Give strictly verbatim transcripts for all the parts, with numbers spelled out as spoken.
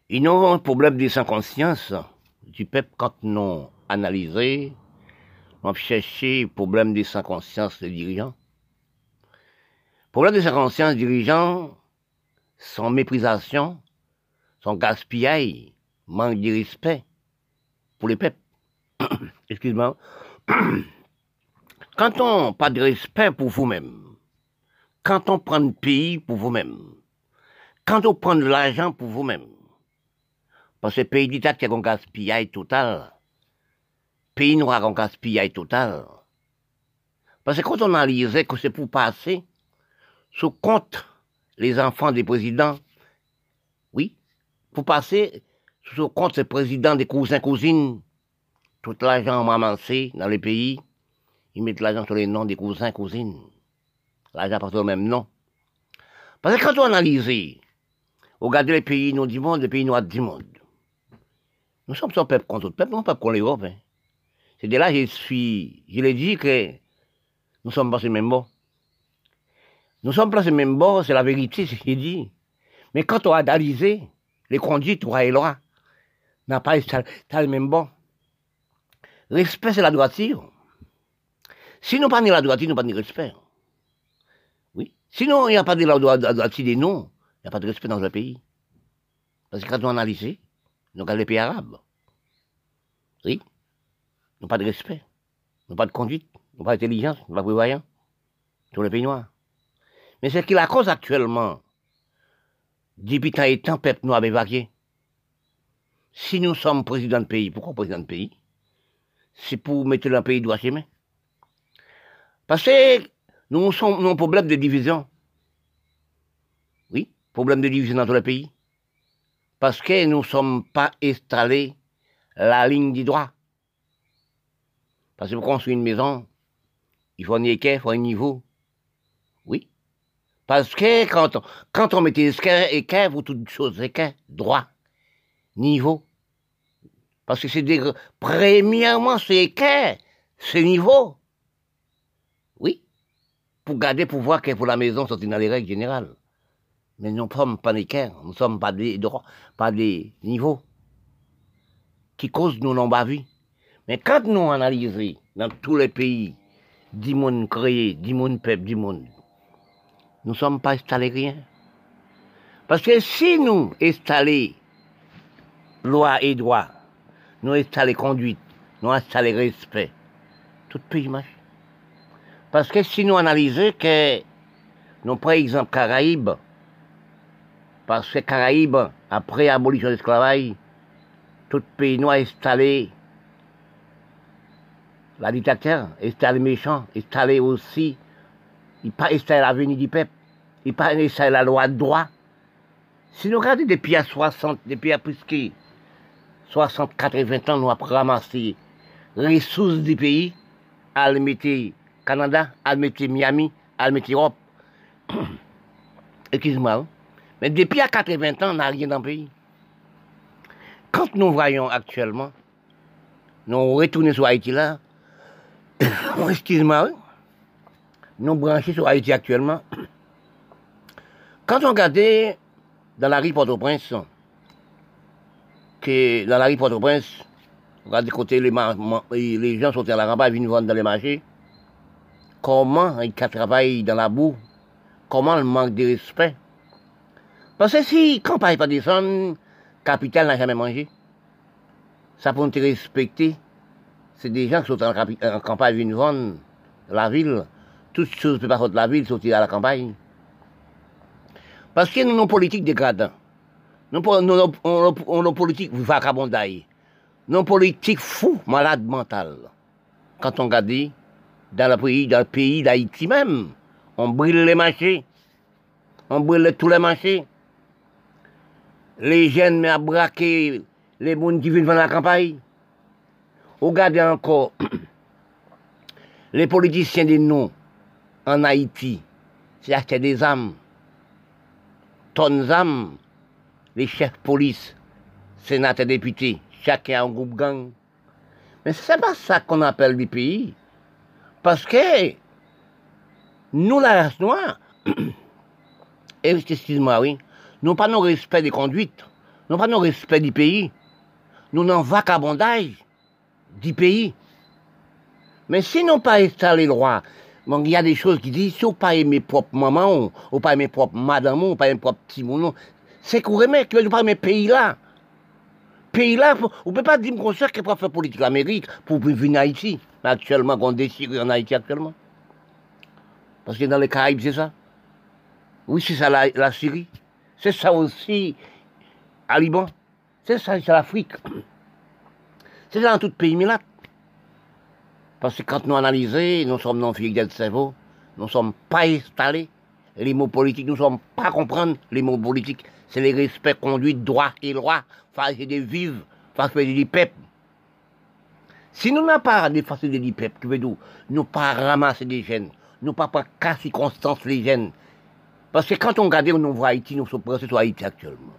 Il y a un problème de sans conscience du peuple quand nous analysé, on cherché problème de sans conscience des dirigeants. Problème de sans conscience des dirigeants, son méprisation, son gaspillage, manque de respect pour les peuples. Excuse-moi. Quand on pas de respect pour vous-même, quand on prend le pays pour vous-même, quand on prend de l'argent pour vous-même, parce que le pays d'État qui a un gaspillage total, pays noir a un gaspillage total. Parce que quand on analysait que c'est pour passer sous compte les enfants des présidents, oui, pour passer sous compte des présidents des cousins, cousines, tout l'argent ramassé dans les pays, ils mettent l'argent sur les noms des cousins, cousines. L'argent porte le même nom. Parce que quand on analyse, regardez les pays noirs du monde, les pays noirs du monde, nous sommes son peuple contre le peuple, non pas contre l'Europe. Hein. C'est de là que je suis, je l'ai dit que nous sommes pas sur le même bord. Nous sommes pas sur le même bord, c'est la vérité, c'est ce qu'il dit. Mais quand on a analysé les conduites, roi et loi, n'a pas été le même bord. Respect, c'est la droiture. Si nous pas de la droiture, nous pas de respect. Oui. Sinon, il n'y a pas de la droiture des noms, il n'y a pas de respect dans le pays. Parce que quand on analyse, nous regardons les pays arabes. Oui. Nous pas de respect. Nous pas de conduite. Nous pas d'intelligence. Nous pas de prévoyants. Sur les pays noirs. Mais c'est ce qui la cause actuellement. Depuis tant et tant, peuple noir évacué. Si nous sommes président de pays, pourquoi président de pays? C'est pour mettre le pays droit chemin. Parce que nous avons un problème de division. Oui, problème de division dans tout le pays. Parce que nous ne sommes pas installés la ligne du droit. Parce que pour construire une maison, il faut un équerre, il faut un niveau. Oui. Parce que quand on, quand on mettait équerre, vous toutes choses, équerre, droit, niveau. Parce que c'est des, premièrement, c'est équerre, c'est niveau. Oui. Pour garder pouvoir que pour la maison, c'est dans les règles générales. Mais nous ne sommes pas d'équerre, nous ne sommes pas des droits, pas des niveaux qui causent nos nombres vie. Mais quand nous analysons dans tous les pays, dix monde créé, dix monde peuple, dix monde, nous ne sommes pas installés rien. Parce que si nous installons loi et droit, nous installons conduite, nous installons respect, tout pays marche. Parce que si nous analysons que, nous prenons exemple Caraïbes, parce que Caraïbes, après l'abolition de l'esclavage, tout pays noir installé la dictature, installé méchant, installé aussi, il pas installé l'avenir du peuple, il pas installé la loi de droit. Si nous regardons depuis à soixante, depuis à presque soixante, quatre-vingts ans, nous avons ramassé les ressources du pays, à le mettre Canada, à le mettre Miami, à le mettre Europe. Excuse-moi. Mais depuis à quatre-vingts ans, on n'a rien dans le pays. Quand nous voyons actuellement, nous retournons sur Haïti là, excuse-moi, nous branchons sur Haïti actuellement. Quand on regarde dans la rue Port-au-Prince, que dans la rue Port-au-Prince, on regarde côté les, les gens sont à la campagne, ils viennent vendre dans les marchés, comment ils travaillent dans la boue, comment le manque de respect. Parce que si campagne pas descendre, capital n'a jamais mangé. Ça pour nous respecter. C'est des gens qui sont en, en campagne, viennent vendre la ville. Toutes choses ne peuvent pas sortir de la ville, sortir à la campagne. Parce que nous avons une politique dégradante. Nous avons une politique vagabondaille. Nous avons une politique fou, malade mentale. Quand on regarde dans le pays, dans le pays d'Haïti même, on brûle les marchés. On brûle tous les marchés. Les jeunes à braquer les gens qui viennent vendre la campagne. Regardez encore les politiciens de nous en Haïti, c'est acheter des armes, tonnes d'armes, les chefs de police, sénateurs, députés, chacun a un groupe gang. Mais c'est pas ça qu'on appelle du pays. Parce que nous, la race noire, excuse-moi, oui, nous n'avons pas nos respect des conduites, Nous n'avons pas de respect du pays. Nous n'avons pas vagabondage du pays. Mais si nous n'avons pas installé le roi, bon, il y a des choses qui disent, si vous pas aimé propre maman, ou pas aimé propre madame, ou pas aimé propre petit moun, c'est qu'on remet que vous pas aimé pays là. Pays là, vous ne pouvez pas dire qu'on sait qu'il faut faire politique l'Amérique pour venir en Haïti. Mais actuellement, on déchire en Haïti actuellement. Parce que dans les Caraïbes, c'est ça. Oui, c'est ça la, la Syrie. C'est ça aussi à Liban. C'est ça, c'est l'Afrique. C'est ça dans tout pays milat. Parce que quand nous analysons, nous sommes non fidèles de cerveau, nous ne sommes pas installés. Les mots politiques, nous ne sommes pas comprendre les mots politiques. C'est les respects, conduite, droit et loi, face de vivre, face des peuples. Si nous n'avons pas des facilités des peuples, nous ne nous pas ramasser des jeunes, nous ne pas pas cas circonstances les jeunes. Parce que quand on regarde, on voit Haïti, nous sommes pressés sur Haïti actuellement.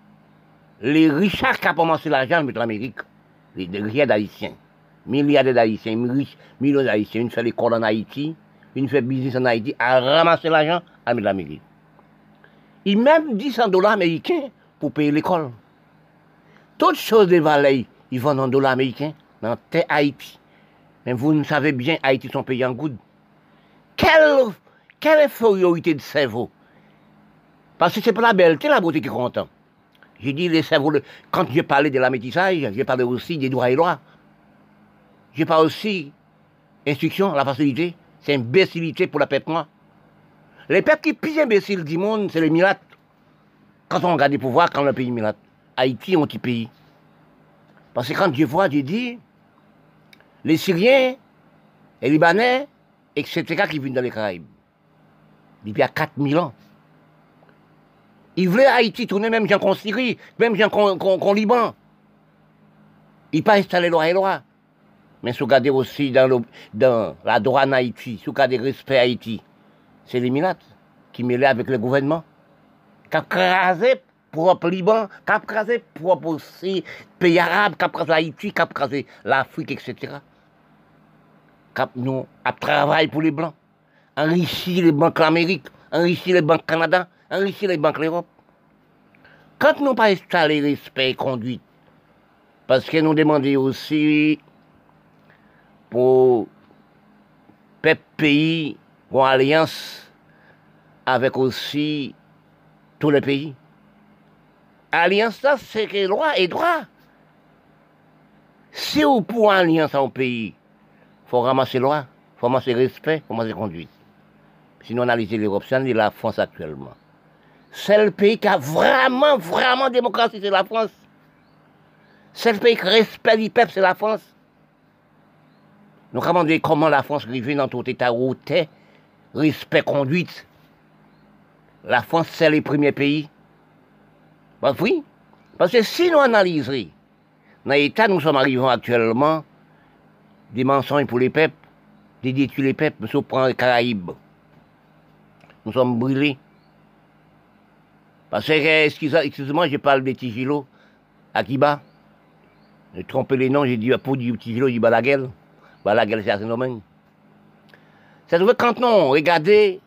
Les richards qui ont commencé l'argent de l'Amérique, les riches d'Haïtiens, milliards d'Haïtiens, millions d'Haïtiens, une fait l'école en Haïti, une fait business en Haïti, à ramasser l'argent à l'Amérique. Ils même dix cents dollars américains pour payer l'école. Toutes choses des valets, ils vendent en dollars américains dans terre Haïti. Mais vous ne savez bien, Haïti sont payés en good. Quelle, quelle infériorité de cerveau. Parce que c'est pas la belleté, la beauté qui compte. J'ai dit les cerveaux, quand j'ai parlé de la métissage, j'ai parlé aussi des droits et lois. J'ai parlé aussi instruction, la facilité, c'est imbécilité pour la peuple noire. Les peuples qui plus imbéciles du monde, c'est les milates. Quand on regarde les pouvoirs, quand le pays milate. Haïti est un petit pays. Parce que quand je vois, j'ai dit, les Syriens, les Libanais, et cetera qui viennent dans les Caraïbes, depuis il y a quatre mille ans. Ils voulaient Haïti tourner même gens qu'en Syrie, même gens qu'en Liban. Ils n'ont pas installé loi et loi. Mais si vous regardez aussi dans, le, dans la douane Haïti, si vous regardez le respect Haïti, c'est les Minates qui mêlaient avec le gouvernement, qui ont crasé propre Liban, qui ont crasé propre aussi pays arabes, qui ont crasé Haïti, qui ont crasé l'Afrique, et cetera. Qui ont travaillé pour les Blancs, enrichi les banques l'Amérique, enrichi les banques Canada, enrichi les banques l'Europe. Quand nous n'avons pas installé respect et conduite, parce que nous demandons aussi pour peuple pays en alliance avec aussi tous les pays. Alliance, ça, c'est que loi et droit. Si vous pour alliance en pays, il faut ramasser loi, il faut ramasser respect, il faut ramasser conduite. Sinon, analyser l'Europe, c'est la France actuellement. C'est le pays qui a vraiment, vraiment démocratie, c'est la France. C'est le pays qui respecte les peuples, c'est la France. Nous avons demandé comment la France arrive dans tout état où t'es, respect, conduite. La France, c'est le premier pays. Ben oui, parce que si nous analysons, dans l'état nous sommes arrivés actuellement, des mensonges pour les peuples, des détruire les peuples, nous sommes les Caraïbes. Nous sommes brûlés. Parce que, excusez-moi, je parle de Tigilo, à Kiba. J'ai trompé les noms, j'ai dit pour du Tigilo, j'ai dit Balaguel. Balaguel, c'est assez nommé. C'est vrai, quand on regardait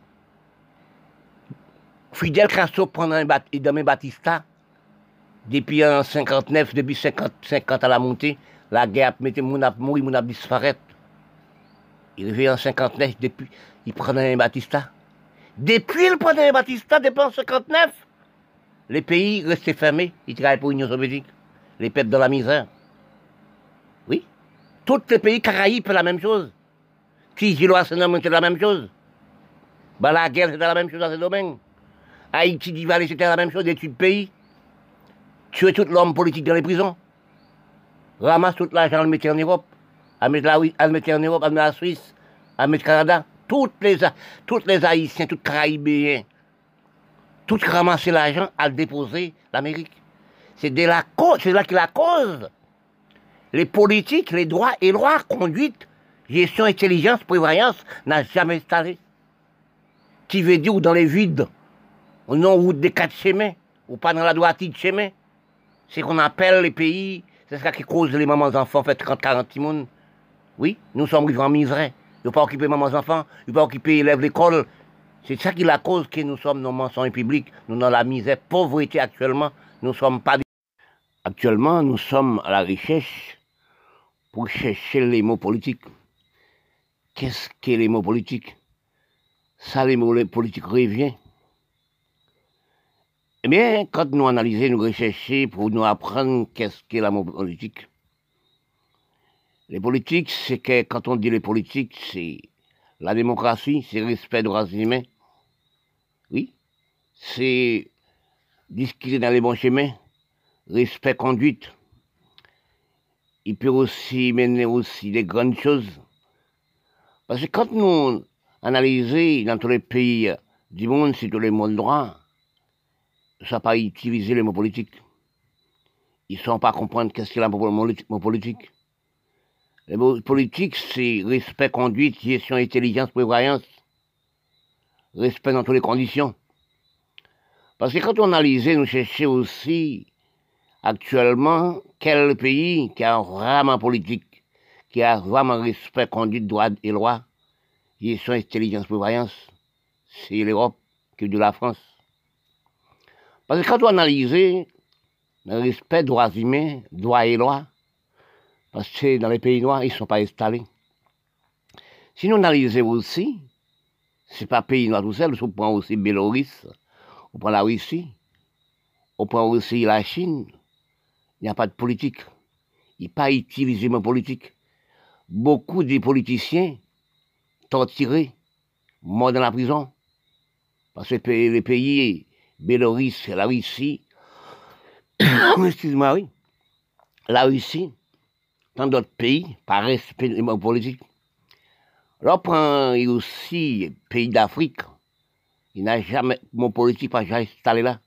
Fidel Castro pendant un Batista, depuis en cinquante-neuf, depuis cinquante, cinquante à la montée, la guerre mettait mon ap mourir, mon ap disparaître. Il revient en cinquante-neuf, depuis, il prenait un Batista. Depuis le prenait un Batista, depuis en cinquante-neuf, les pays restaient fermés, ils travaillaient pour l'Union soviétique, les peuples dans la misère. Oui, tous les pays Caraïbes font la même chose. Tigilo à Sénat, c'est la même chose. Balaguer, c'était la même chose dans ce domaine. Haïti, Divalé, c'était la même chose, des tués de pays. Tuer tout l'homme politique dans les prisons. Ramasse tout l'argent, le mettre en Europe. À mettre la, à le mettre en Europe, à mettre la Suisse, à mettre le Canada. Toutes les, toutes les Haïtiens, tous les Caraïbéens, tous ramasser l'argent à le déposer l'Amérique. C'est de la cause, c'est là que la cause. Les politiques, les droits et lois, conduite, gestion, intelligence, prévoyance, n'a jamais installé. Qui veut dire dans les vides, ou non route des quatre chemins, ou pas dans la droite de chemin. C'est qu'on appelle les pays, c'est ça qui cause les mamans enfants, fait trente quarante personnes. Oui, nous sommes vivants en misère. Ils ne pas occuper mamans enfants, ils ne pas occuper élèves l'école. C'est ça qui est la cause que nous sommes nos mensonges publics, nous dans la misère, pauvreté actuellement, nous ne sommes pas Actuellement, nous sommes à la recherche pour chercher les mots politiques. Qu'est-ce que les mots politiques? Ça, les mots politiques revient. Eh bien, quand nous analysons, nous recherchons pour nous apprendre qu'est-ce qu'est la mot politique. Les politiques, c'est que quand on dit les politiques, c'est la démocratie, c'est le respect des droits humains. Oui, c'est discuter dans les bons chemins, respect, conduite. Il peut aussi mener aussi des grandes choses. Parce que quand nous analysons dans tous les pays du monde, c'est tous les mots de droit, ça n'a pas utilisé les mots politiques. Ils ne sont pas à comprendre qu'est-ce qu'il y a pour le mot politique. Les mots politiques, c'est respect, conduite, gestion, intelligence, prévoyance. Respect dans toutes les conditions. Parce que quand on analysait, nous cherchons aussi actuellement quel pays qui a vraiment politique, qui a vraiment respect, conduite, droit et loi, gestion, intelligence, prévoyance. C'est l'Europe que de la France. Parce que quand on analysait le respect, droits humains, droit et loi, parce que dans les pays noirs, ils ne sont pas installés. Si nous analysons aussi, ce n'est pas pays noir tout seul, on prend aussi Bélorusse, on prend la Russie, on prend aussi la Chine, il n'y a pas de politique. Il n'y a pas utilisé ma politique. Beaucoup de politiciens torturés, morts dans la prison, parce que les pays, Bélorusse, la Russie, excuse-moi, oui, la Russie, dans d'autres pays, par respect de ma politique. Là, on prend aussi pays d'Afrique. Il n'a jamais, mon politique n'a jamais installé là.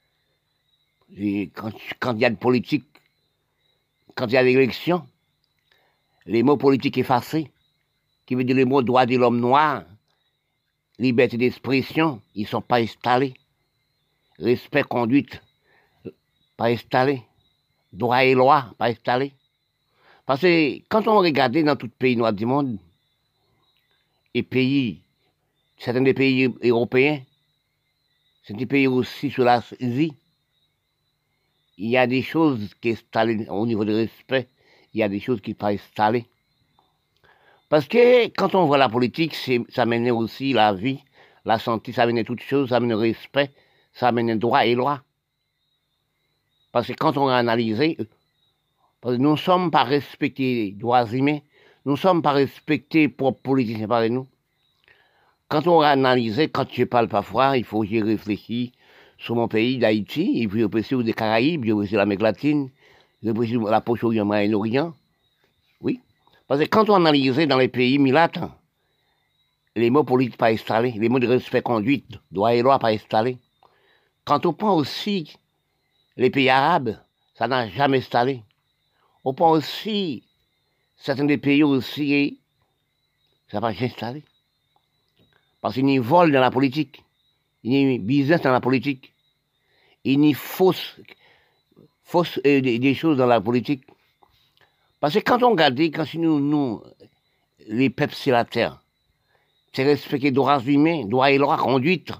Et quand, quand il y a de politique, quand il y a des élections, les mots politiques effacés, qui veut dire les mots droits de l'homme noir, liberté d'expression, ils ne sont pas installés. Respect, conduite, pas installé. Droit et loi, pas installé. Parce que quand on regarde dans tout pays noir du monde, et pays, certains des pays européens, certains pays aussi sur l'Asie, il y a des choses qui sont installées au niveau du respect, il y a des choses qui ne sont pas installées. Parce que quand on voit la politique, ça mène aussi la vie, la santé, ça mène toutes choses, ça mène le respect, ça mène le droit et loi. Parce que quand on a analysé, parce que nous ne sommes pas respectés les droits humains, nous ne sommes pas respectés pour politiciens par nous. Quand on a analysé, quand je parle parfois, il faut que j'y réfléchisse sur mon pays d'Haïti, et puis aussi aux Caraïbes, puis aussi l'Amérique latine, puis aussi la Proche-Orient, Moyen-Orient. Oui. Parce que quand on analyse dans les pays milatins, les mots politiques pas installés, les mots de respect, conduite, droit et loi pas installés. Quand on prend aussi les pays arabes, ça n'a jamais installé. On prend aussi certains des pays aussi, ça n'a pas installé. Parce qu'il y a vol dans la politique, il y a business dans la politique, il y a fausse, fausse euh, des, des choses dans la politique. Parce que quand on regarde, quand nous, nous les peuples sur la terre, c'est respecter les droits humains, droits et lois, conduite,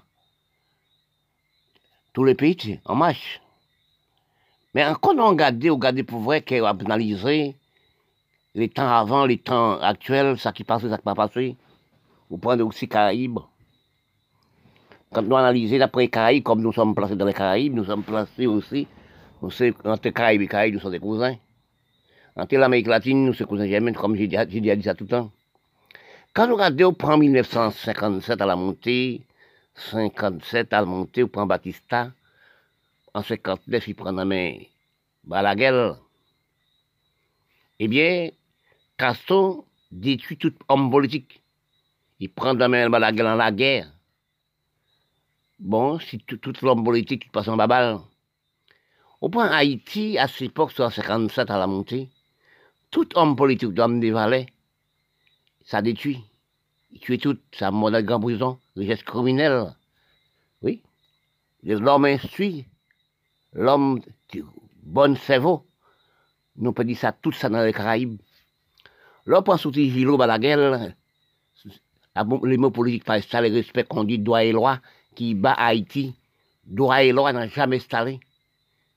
tous les pays en marche. Mais quand on regarde, on regarde pour vrai qu'on a analysé les temps avant, les temps actuels, ça qui passe, ça qui pas passé. Vous prenez aussi les Caraïbes. Quand nous analysons d'après les Caraïbes, comme nous sommes placés dans les Caraïbes, nous sommes placés aussi, nous sommes, entre les Caraïbes et les Caraïbes, nous sommes des cousins. Entre l'Amérique latine, nous sommes cousins germains, comme j'ai déjà dit ça tout le temps. Quand nous regardons, on prend mille neuf cent cinquante-sept à la montée, cinquante-sept à la montée, on prend Batista. En cinquante-neuf, il prend la main Balaguer. Eh bien, Castro détruit tout homme politique. Il prend la main Balaguer dans la guerre. Bon, si tout, tout l'homme politique passe en babal. On prend Haïti, à cette époque, en cinquante-sept à la montée. Tout homme politique, d'homme des valets, ça détruit. Il tue tout, ça mort dans la grande prison, le geste criminel. Oui. L'homme instruit, l'homme bon cerveau. Nous peut dire ça, tout ça dans les Caraïbes. Là, pour sortir Gilo Balaguer, les mots politiques pas installés, respect, conduite, droit et loi, qui bat Haïti. Droit et loi n'a jamais installé.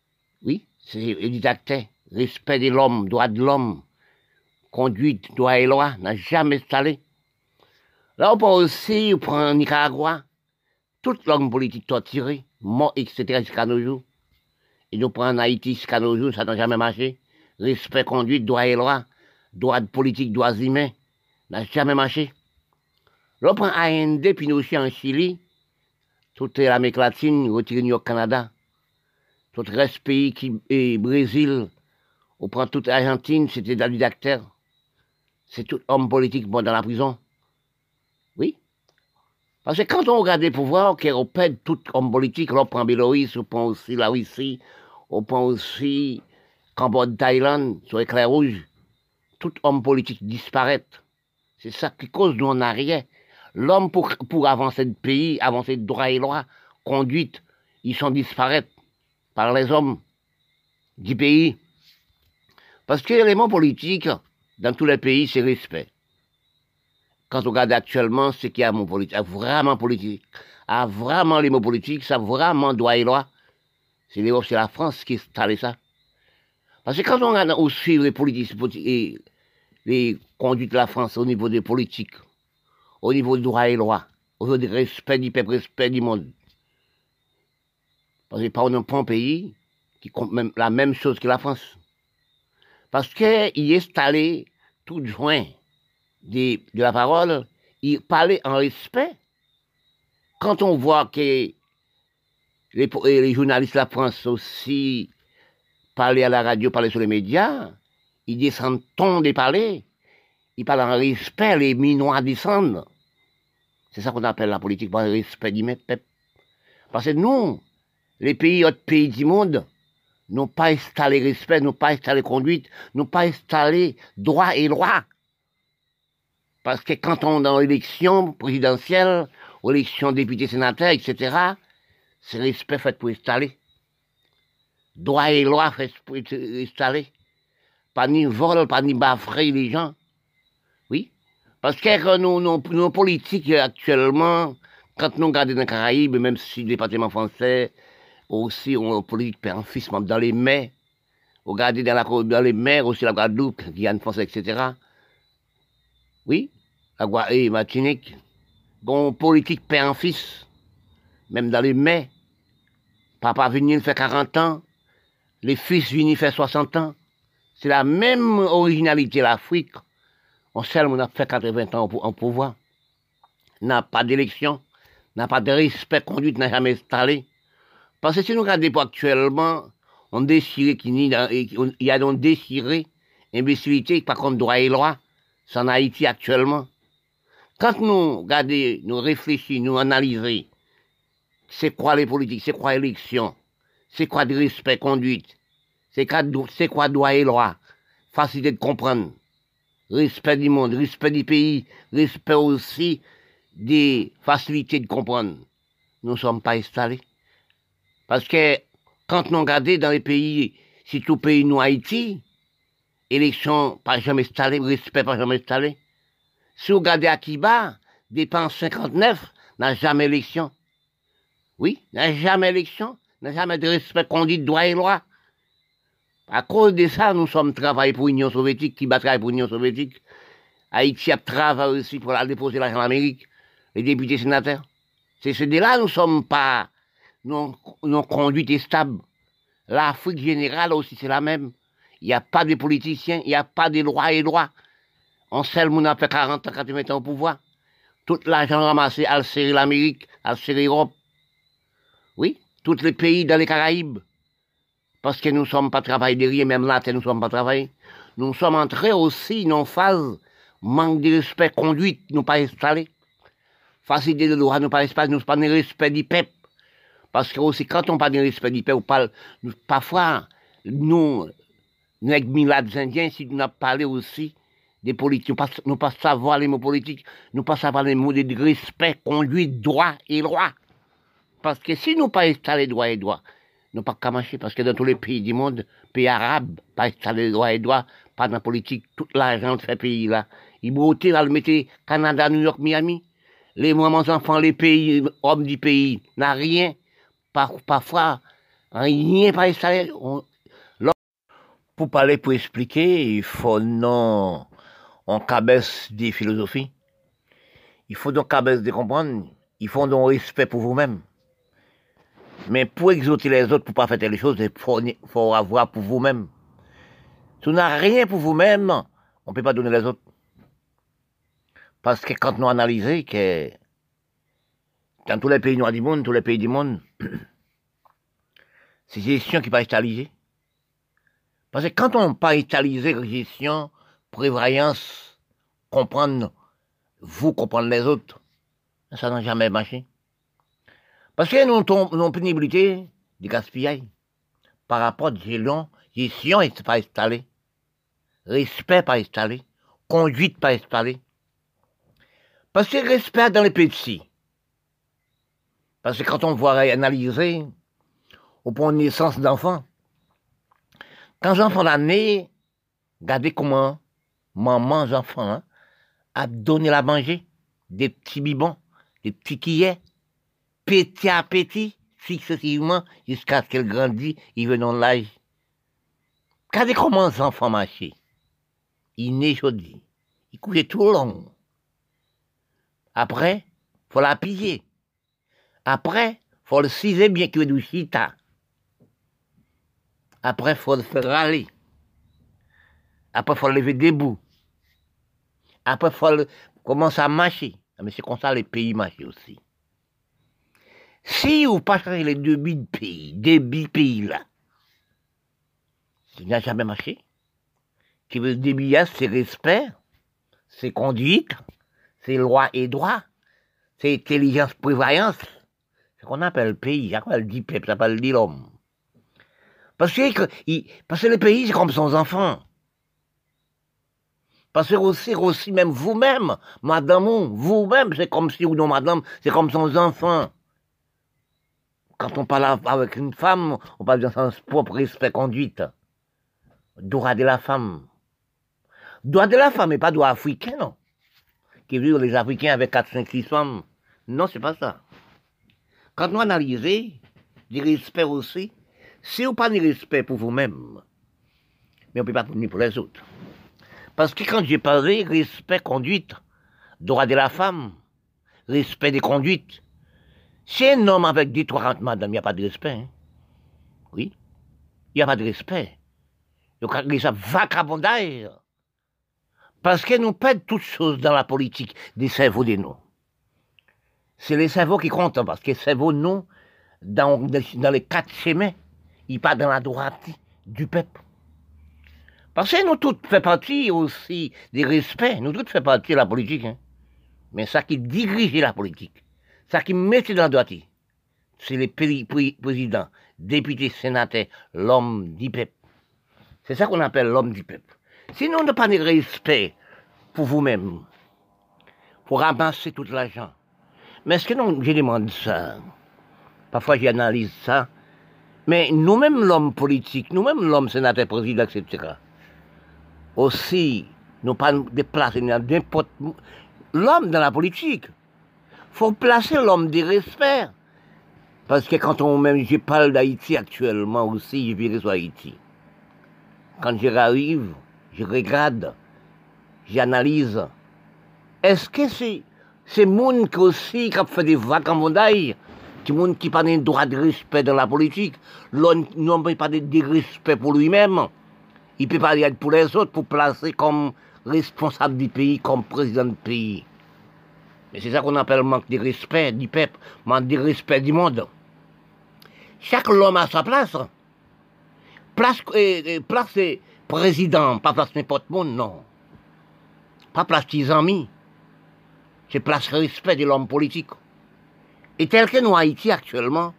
Oui, c'est le didactère. Respect de l'homme, droit de l'homme, conduite, droit et loi, n'a jamais installé. Là, on peut aussi prendre Nicaragua, toute l'homme politique torturé, mort, et cetera jusqu'à nos jours. Et nous prenons Haïti jusqu'à nos jours, ça n'a jamais marché. Respect, conduite, droit et loi, droit de politique, droits humains, n'a jamais marché. Là, on prend A N D, Pinochet en Chili, toute l'Amérique latine, retiré New York, Canada, tout le reste pays qui est Brésil, on prend toute l'Argentine, c'était dans le didactère. C'est tout homme politique bon dans la prison. Oui. Parce que quand on regarde les pouvoirs, on perd tout homme politique, on prend Bélorusse, on prend aussi la Russie, on prend aussi Cambodge, Thaïlande, sur l'éclair rouge. Tout homme politique disparaît. C'est ça qui cause nous en arrière. L'homme pour, pour avancer de pays, avancer de droit et loi, conduite, ils sont disparaître par les hommes du pays. Parce que l'élément politique, dans tous les pays, c'est respect. Quand on regarde actuellement ce qu'il y a mon politique, vraiment politique, a vraiment les mots politiques, ça vraiment droit et loi, c'est la France qui installe ça. Parce que quand on regarde aussi les politiques et les conduites de la France au niveau des politiques, au niveau du droit et loi, au niveau du respect du peuple, respect du monde. Parce que pas un bon pays qui compte même la même chose que la France. Parce qu'il est installé tout joint de, de la parole, il parlait en respect. Quand on voit que les, les journalistes de la France aussi parlaient à la radio, parlaient sur les médias, ils descendent ton de parler, ils parlent en respect, les Minois descendent. C'est ça qu'on appelle la politique, par le respect du peuple. Parce que nous, les pays, autres pays du monde, n'ont pas installé respect, n'ont pas installé conduite, n'ont pas installé droit et loi. Parce que quand on est dans l'élection présidentielle, ou l'élection député, sénateur, et cetera, c'est respect fait pour installer. Droit et loi fait pour installer. Pas ni vol, pas ni baffrer les gens. Oui. Parce que nos, nos, nos politiques actuellement, quand nous regardons dans les Caraïbes, même si le département français, aussi, on a une politique père-fils, même dans les mers, regardez dans, la, dans les mers, aussi la Guadeloupe, Guyane française, et cetera. Oui, la Guadeloupe et Martinique, bon, politique père-fils, même dans les mers. Papa venu faire quarante ans, les fils viennent faire soixante ans. C'est la même originalité, l'Afrique. On sait qu'on a fait quatre-vingts ans en pouvoir. N'a pas d'élection, n'a pas de respect, conduite n'a jamais installé. Parce que si nous regardons actuellement, on déchire qu'il y a donc déchiré, imbécilité, par contre droit et loi, c'est en Haïti actuellement. Quand nous regardons, nous réfléchissons, nous analysons, c'est quoi les politiques, c'est quoi l'élection, c'est quoi le respect, conduite, c'est quoi droit et loi, facilité de comprendre, respect du monde, respect du pays, respect aussi des facilités de comprendre. Nous ne sommes pas installés. Parce que quand nous regardons dans les pays, si tout pays nous Haïti, élection pas jamais installée, respect pas jamais installé. Si vous regardez à Kiba, dépense cinquante-neuf, n'a jamais élection. Oui, n'a jamais élection, n'a jamais de respect conduite, droit et loi. À cause de ça, nous sommes travaillés pour l'Union soviétique, qui travaille pour l'Union soviétique. Haïti a travaillé aussi pour aller déposer l'argent en Amérique, les députés sénateurs. C'est ce là nous ne sommes pas, nos, nos conduites stables. L'Afrique générale aussi, c'est la même. Il n'y a pas de politiciens, il n'y a pas de lois et lois. On sait le monde a fait quarante ans, quatre-vingts ans au pouvoir. Tout l'argent ramassé à serrer l'Amérique, à serrer l'Europe. Oui, tous les pays dans les Caraïbes. Parce que nous ne sommes pas travaillés derrière, même là, nous ne sommes pas travaillés. Nous sommes entrés aussi dans une phase, manque de respect, conduite, nous pas installés. Facilité de droit, nous pas installés, nous pas de respect du peuple. Parce que aussi, quand on parle de respect du peuple, on parle, parfois, nous, nous, avec milades indiens, si nous avons parlé aussi des politiques, nous ne pas, pas savoir les mots politiques, nous pas savoir les mots de respect, conduite, droit et loi. Parce que si nous pas installés droit et droit, nous pas qu'à marcher, parce que dans tous les pays du monde, pays arabes, pas installés droit et droit, pas dans la politique, tout l'argent de ces pays-là. Ils broutaient, là, le mettaient Canada, New York, Miami. Les mamans enfants, les pays, hommes du pays, n'a rien. Par, parfois, rien pas installé. On, pour parler, pour expliquer, il faut non, on cabesse des philosophies. Il faut donc cabesse de comprendre. Il faut donc respect pour vous-même. Mais pour exhorter les autres, pour pas faire telle chose, il faut, faut avoir pour vous-même. Si on n'a rien pour vous-même, on ne peut pas donner les autres. Parce que quand nous analysons que dans tous les pays noirs du monde, tous les pays du monde, c'est gestion qui n'est pas italisée. Parce que quand on n'a pas italisé gestion, prévoyance, comprendre, vous comprendre les autres, ça n'a jamais marché. Parce que nous avons une pénibilité de gaspillage par rapport à gestion, gestion n'est pas installée, respect pas installé, conduite pas installée. Parce que respect dans les pays de ci. Parce que quand on voit analyser au point de naissance d'enfants, quand l'enfant est né, regardez comment maman, enfant, hein, a donné la manger, des petits bibons, des petits quillets, petit à petit, successivement, jusqu'à ce qu'elle grandisse, il veut dans l'âge. Regardez comment les enfants marchent. Il naît aujourd'hui, il couche tout long. Après, il faut la piller. Après, il faut le ciser bien qu'il y ait du chita. Après, il faut le faire râler. Après, il faut le lever debout. Après, il faut le... commencer à marcher. Mais c'est comme ça les pays marchent aussi. Si vous pas changer les deux billes de pays, des billes pays là, ça n'a jamais marché. Qui veut dire billes, c'est respect, c'est conduite, c'est loi et droit, c'est intelligence, prévoyance. C'est ce qu'on appelle le pays, ça s'appelle le peuple, ça s'appelle l'homme. Parce que, parce que le pays, c'est comme son enfant. Parce que aussi, aussi même vous-même, madame, vous-même, c'est comme si, ou non, madame, c'est comme son enfant. Quand on parle avec une femme, on parle dans son propre respect, conduite. Droit de la femme. Droit de la femme, mais pas droit africain, non. Qui veut les Africains avec quatre, cinq, six femmes. Non, c'est pas ça. Quand nous analysons, du respect aussi, si vous pas de respect pour vous-même, mais on ne peut pas punir pour les autres. Parce que quand j'ai parlé, respect, conduite, droit de la femme, respect des conduites, si un homme avec des trois quarante madame, il n'y a pas de respect. Hein? Oui, il n'y a pas de respect. Donc, ça vagabondage. Parce que nous perdons toutes choses dans la politique des cerveaux des noms. C'est les cerveaux qui comptent, parce que les cerveaux, nous, dans, dans les quatre chemins, ils partent dans la droite du peuple. Parce que nous tous faisons partie aussi des respects, nous tous faisons partie de la politique. Hein. Mais ça qui dirige la politique, ça qui met dans la droite, c'est les présidents, députés, sénateurs, l'homme du peuple. C'est ça qu'on appelle l'homme du peuple. Sinon, on n'a pas de respect pour vous-même, pour ramasser tout l'argent. Mais est-ce que non, je demande ça, parfois j'analyse ça, mais nous-mêmes l'homme politique, nous-mêmes l'homme sénateur, président, et cetera, aussi, nous pas déplacer n'importe l'homme dans la politique. Il faut placer l'homme de respect. Parce que quand on même, je parle d'Haïti actuellement aussi, je viens sur Haïti. Quand j'arrive, je regarde, j'analyse. Est-ce que c'est ces gens qui aussi qui fait des vagabondages, des gens qui n'ont pas de droit de respect dans la politique, l'homme n'a pas de respect pour lui-même, il ne peut pas aller pour les autres pour placer comme responsable du pays, comme président du pays. Mais c'est ça qu'on appelle manque de respect du peuple, manque de respect du monde. Chaque homme a sa place. Place, euh, place président, pas place n'importe monde, non. Pas place des amis. C'est place respect de l'homme politique. Et tel que nous, Haïti, actuellement,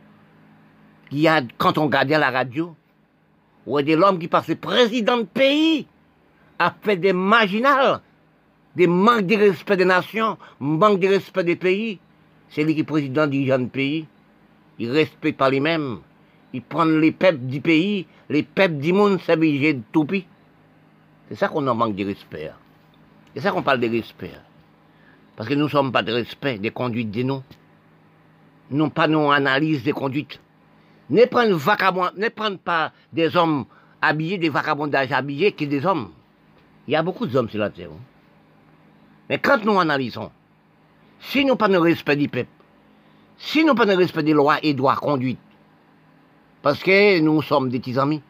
il y a, quand on regarde à la radio, où il y a des hommes qui passent président de pays, a fait des marginales, des manques de respect des nations, manque de respect des pays. C'est lui qui est président du jeune pays. Il ne respecte pas lui-même. Il prend les peuples du pays, les peuples du monde, c'est obligé de toupie. C'est ça qu'on en manque de respect. C'est ça qu'on parle de respect. Parce que nous ne sommes pas de respect des conduites de nous. Nous n'avons pas nos analyses des conduites. Ne prendre vacabond, ne prendre pas des hommes habillés, des vagabondages habillés, qui des hommes. Il y a beaucoup d'hommes sur la terre. Hein. Mais quand nous analysons, si nous pas de respect du peuple, si nous pas de respect des lois et droits conduites, parce que nous sommes des petits amis,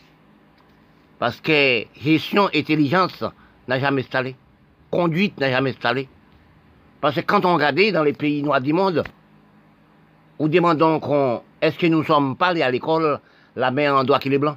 parce que gestion, intelligence n'a jamais installé, conduite n'a jamais installé. Parce que quand on regarde dans les pays noirs du monde, nous demandons qu'on, est-ce que nous ne sommes pas allés à l'école la main en droit qu'il est blanc?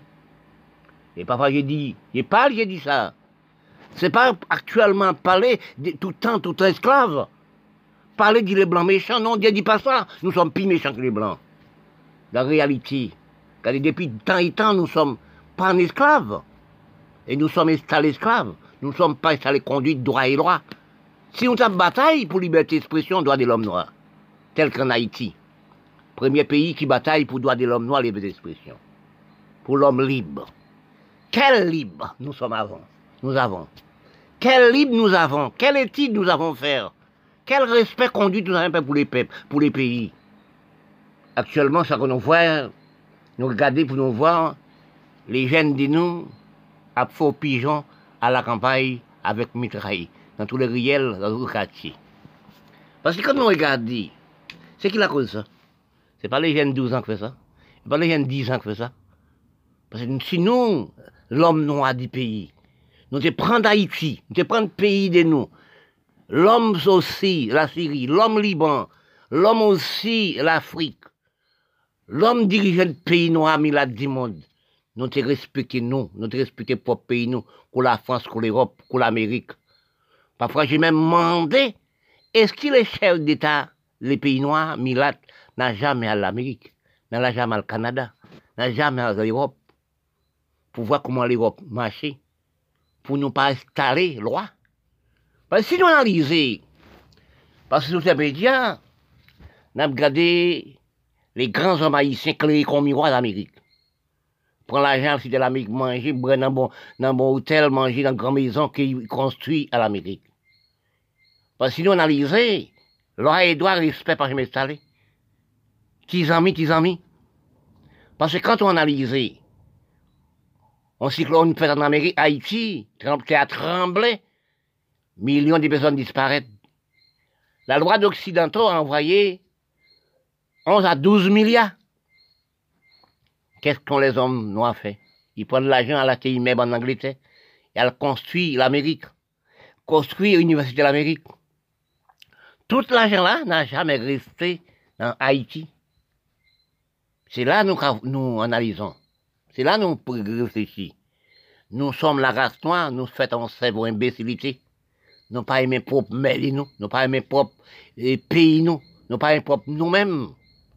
Et parfois j'ai dit, j'ai pas, j'ai dit ça. C'est pas actuellement parler de, tout le temps, tout esclave. Parler dit les blancs méchants, non, Dieu dit pas ça. Nous sommes plus méchants que les blancs. La réalité, car depuis tant et temps, nous sommes pas en esclaves. Et nous sommes installés esclaves. Nous ne sommes pas installés conduite, droit et droit. Si on tape bataille pour liberté d'expression, droit de l'homme noir, tel qu'en Haïti, premier pays qui bataille pour droit de l'homme noir, liberté d'expression, pour l'homme libre. Quel libre nous sommes avant, nous avons. Quel libre nous avons, quelle étude nous avons fait, quel respect conduit nous avons fait pour les peuples, pour les pays. Actuellement, ça que nous voyons, nous regardons pour nous voir, les jeunes de nous, à faux pigeons à la campagne avec mitraille, dans tous les riels, dans tous les quartiers. Parce que quand nous regardons, c'est qui la cause ça? C'est pas les jeunes de douze ans qui fait ça, c'est pas les jeunes de dix ans qui fait ça. Parce que si nous, l'homme noir du pays, nous te prendre Haïti, nous te prendre le pays de nous, l'homme aussi, la Syrie, l'homme Liban, l'homme aussi, l'Afrique, l'homme dirigeant le pays noir, milad du monde, nous te respecter nous, nous te respecter propre pays nous, pour la France, pour l'Europe, pour l'Amérique. Parfois j'ai même demandé, est-ce que les chefs d'État, les pays noirs, milad, n'a jamais à l'Amérique, n'a jamais au Canada, n'a jamais à l'Europe, pour voir comment l'Europe marche, pour nous pas installer loi. Parce que si nous analysons, parce que sous ces médias, nous avons regardé les grands hommes haïtiens créés comme miroir d'Amérique. Prends l'argent si de l'Amérique, manger, boire dans bon, dans bon hôtel, manger dans une grande maison qu'ils construisent à l'Amérique. Parce que si nous analysons, loi et droit, respect pas jamais installé. Tis amis, tis amis. Parce que quand on analyse, un cyclone fait en Amérique, Haïti, c'est à trembler, millions de personnes disparaissent. La loi d'Occidentaux a envoyé onze à douze milliards. Qu'est-ce qu'on les hommes noirs fait? Ils prennent l'argent à la T I M E B en Angleterre, et ils construisent l'Amérique, construisent l'Université de l'Amérique. Tout l'argent là n'a jamais resté dans Haïti. C'est là que nous, nous analysons. C'est là que nous réfléchissons. Nous sommes la race noire, nous faisons un cerveau imbécilité. Nous pas aimer propre mêlée, nous. Nous pas aimer propre eh, pays, nous. Nous pas aimer propre nous-mêmes.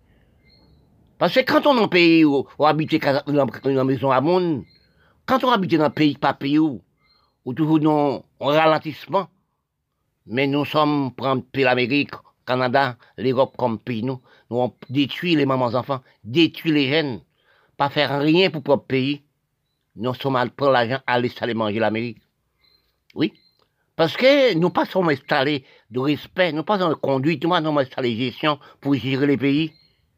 Parce que quand on est en pays où on habite dans une maison à monde, quand on habite dans un pays pas pays où, où toujours nous, un ralentissement, mais nous sommes prendre l'Amérique, le Canada, l'Europe comme pays, nous. Nous on détruit les mamans enfants, détruit les jeunes, pas faire rien pour propre pays. Nous sommes à prendre l'argent, aller aller manger l'Amérique. Oui. Parce que nous pas sommes installés de respect, nous pas en conduite, nous sommes installés de gestion pour gérer les pays.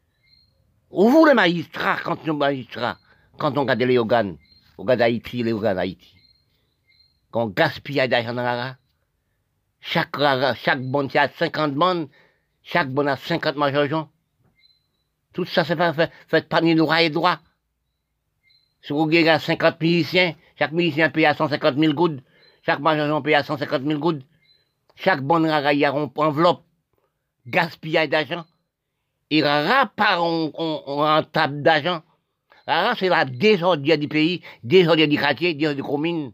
Où vous les magistrats, quand nous magistrats, quand on regarde les organes, on regarde Haïti, les organes d'Haïti, quand on gaspille d'argent dans la rare, chaque rare, chaque bonne a cinquante bonnes, chaque bonne a cinquante majorons. Tout ça, c'est pas fait, fait par les droits et droits. Si vous avez cinquante miliciens, chaque milicien paye à cent cinquante mille gouttes, chaque majoron paye à cent cinquante mille gouttes, chaque bonne rare, il y a une enveloppe, gaspillage d'argent. Et rara par en table d'argent. Rara, c'est la désordre du pays, désordre du quartier, désordre de commune.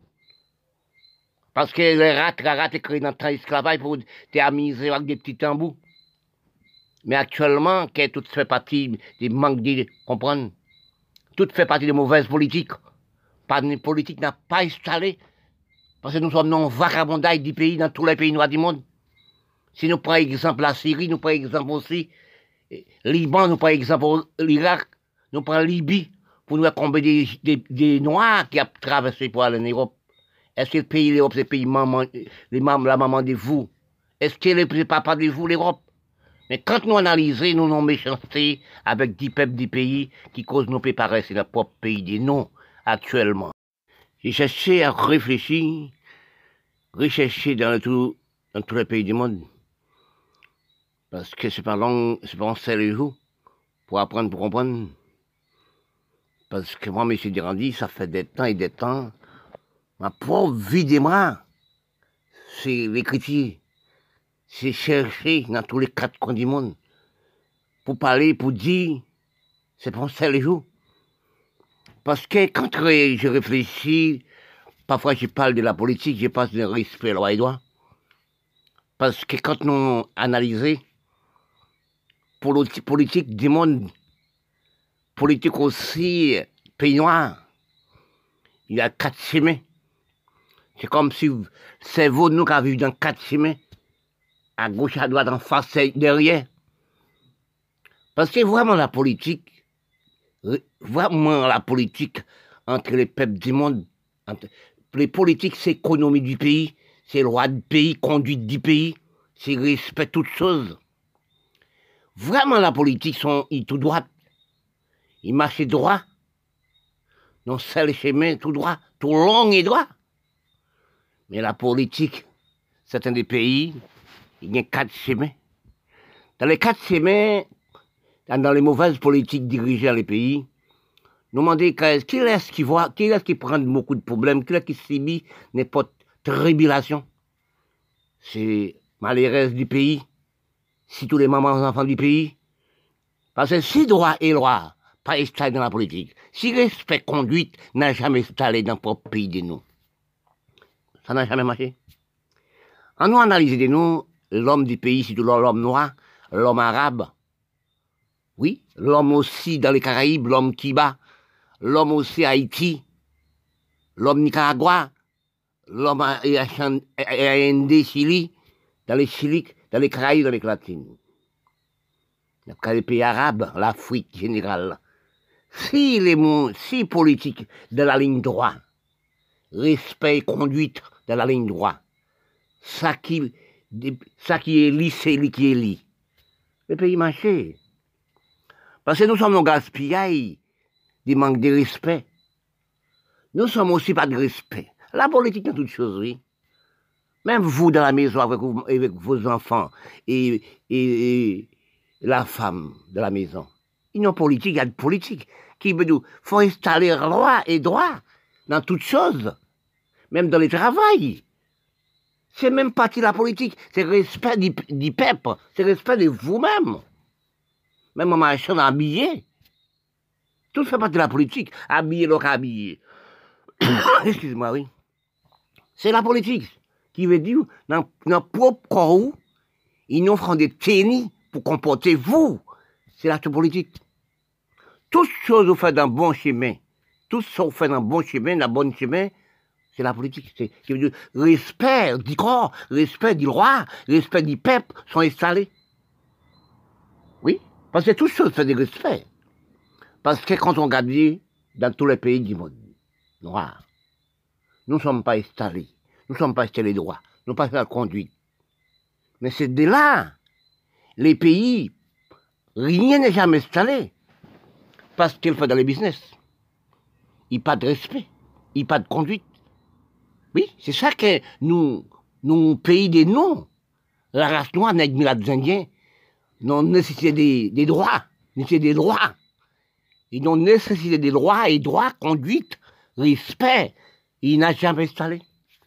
Parce que les rats, rara, t'es créé dans le temps d'esclavage pour t'amuser avec des petits tambours. Mais actuellement, que tout fait partie des manques de comprendre. Tout fait partie des mauvaises politiques. Pas de politique n'a pas installé. Parce que nous sommes non vagabondailles du pays, dans tous les pays noirs du monde. Si nous prenons exemple la Syrie, nous prenons exemple aussi Liban, nous prenons exemple l'Irak, nous prenons Libye, pour nous combler des, des, des Noirs qui ont traversé pour aller en Europe. Est-ce que le pays l'Europe, c'est le pays maman, les mamans, la maman de vous? Est-ce que le papa de vous, l'Europe? Mais quand nous analysons, nous nos méchancetés avec dix peuples du pays qui causent nos préparer, c'est le propre pays de nous, actuellement. J'ai cherché à réfléchir, rechercher dans, le tout, dans tous les pays du monde. Parce que c'est pas long, c'est pas un seul jour pour apprendre, pour comprendre. Parce que moi, M. Durandi, ça fait des temps et des temps. Ma pauvre vie de moi, c'est l'écriture. C'est chercher dans tous les quatre coins du monde. Pour parler, pour dire, c'est pas un seul jour. Parce que quand je réfléchis, parfois je parle de la politique, je passe de respect loi et droit. Parce que quand nous analysons politique du monde, politique aussi pays noir, il y a quatre chemins. C'est comme si c'est vous, nous, qui vivons dans quatre chemins, à gauche, à droite, en face, derrière. Parce que vraiment la politique, vraiment la politique entre les peuples du monde, entre, les politiques, c'est l'économie du pays, c'est loi du pays, conduite du pays, c'est respect toutes choses. Vraiment la politique, sont ils tout droit, ils marchent droit, non c'est le chemin tout droit, tout long et droit. Mais la politique, certains des pays, il y a quatre chemins. Dans les quatre chemins, dans les mauvaises politiques dirigées dans les pays, nous demandons qui est-ce qui voit, qui est-ce qui prend beaucoup de problèmes, qui est-ce qui subit n'importe tribulation. C'est malheureuse du pays, si tous les mamans enfants du pays. Parce que si droit et loi, pas installé dans la politique, si respect conduite n'a jamais installé dans le propre pays de nous, ça n'a jamais marché. En nous analysant de nous, l'homme du pays, c'est l'homme noir, l'homme arabe, oui, l'homme aussi dans les Caraïbes, l'homme Kiba, l'homme aussi à Haïti, l'homme Nicaragua, l'homme à Indé, Chili, dans les Chili, dans les Caraïbes, dans les Latines. Dans les pays arabes, l'Afrique générale. Si les mots, si politique de la ligne droite, respect et conduite de la ligne droite, ça qui, ça qui est lit, c'est lui qui est lit. Le pays marché. Parce que nous sommes nos gaspillages, des manques de respect. Nous sommes aussi pas de respect. La politique dans toutes choses, oui. Même vous dans la maison avec, vous, avec vos enfants et, et, et la femme de la maison. Il y a une politique, il y a de politique qui veut dire faut installer loi et droit dans toutes choses, même dans le travail. C'est même pas de la politique, c'est respect du, du peuple, c'est respect de vous-même. Même en marchant habillé. Tout fait partie de la politique. Habillé, l'autre habillé. Excuse-moi, oui. C'est la politique qui veut dire, dans notre propre corps, ils nous feront des tennis pour comporter vous. C'est l'acte politique. Toutes choses vous faites dans le bon chemin. Tout ce vous faites dans le bon chemin, dans le bon chemin, c'est la politique. C'est qui veut dire respect du corps, respect du roi, respect du peuple sont installés. Oui. Parce que toutes choses font des respects. Parce que quand on regarde dans tous les pays du monde noir, nous ne sommes pas installés, nous ne sommes pas installés droits, nous ne sommes pas la conduite. Mais c'est de là, les pays, rien n'est jamais installé. Parce qu'ils font dans les business. Il n'y a pas de respect, il n'y a pas de conduite. Oui, c'est ça que nous, nous pays des noms, la race noire, les Indiens, n'ont nécessité des, des droits, nécessité des droits. Ils ont nécessité des droits et droits, conduite, respect. Il n'a jamais installé.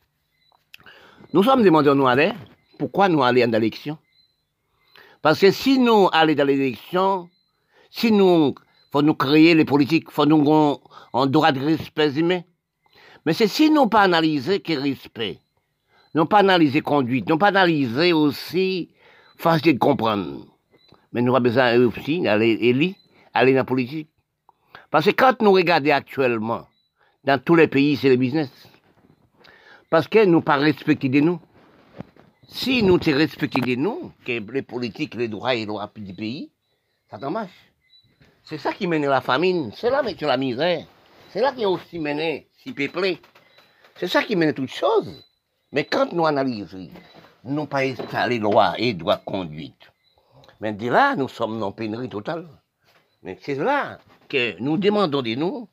Nous sommes demandés nous aller. Pourquoi nous aller dans l'élection? Parce que si nous allons dans l'élection, si nous, faut nous créer les politiques, faut nous avoir un droit de respect humain. Mais c'est si nous pas analyser que respect, nous pas analyser conduite, nous pas analyser aussi facile de comprendre. Mais nous avons besoin aussi d'aller aller dans la politique. Parce que quand nous regardons actuellement, dans tous les pays, c'est le business. Parce que nous ne pas respecter de nous. Si nous te respectons de nous, que les politiques, les droits et les lois du pays, ça t'en marche. C'est ça qui mène la famine, c'est là qui la misère. C'est là qui a aussi mené si peuplé. C'est ça qui mène toutes choses. Mais quand nous analysons, nous n'avons pas installé loi et droit de conduite. Mais de là, nous sommes en pénurie totale. Mais c'est là que nous demandons de nous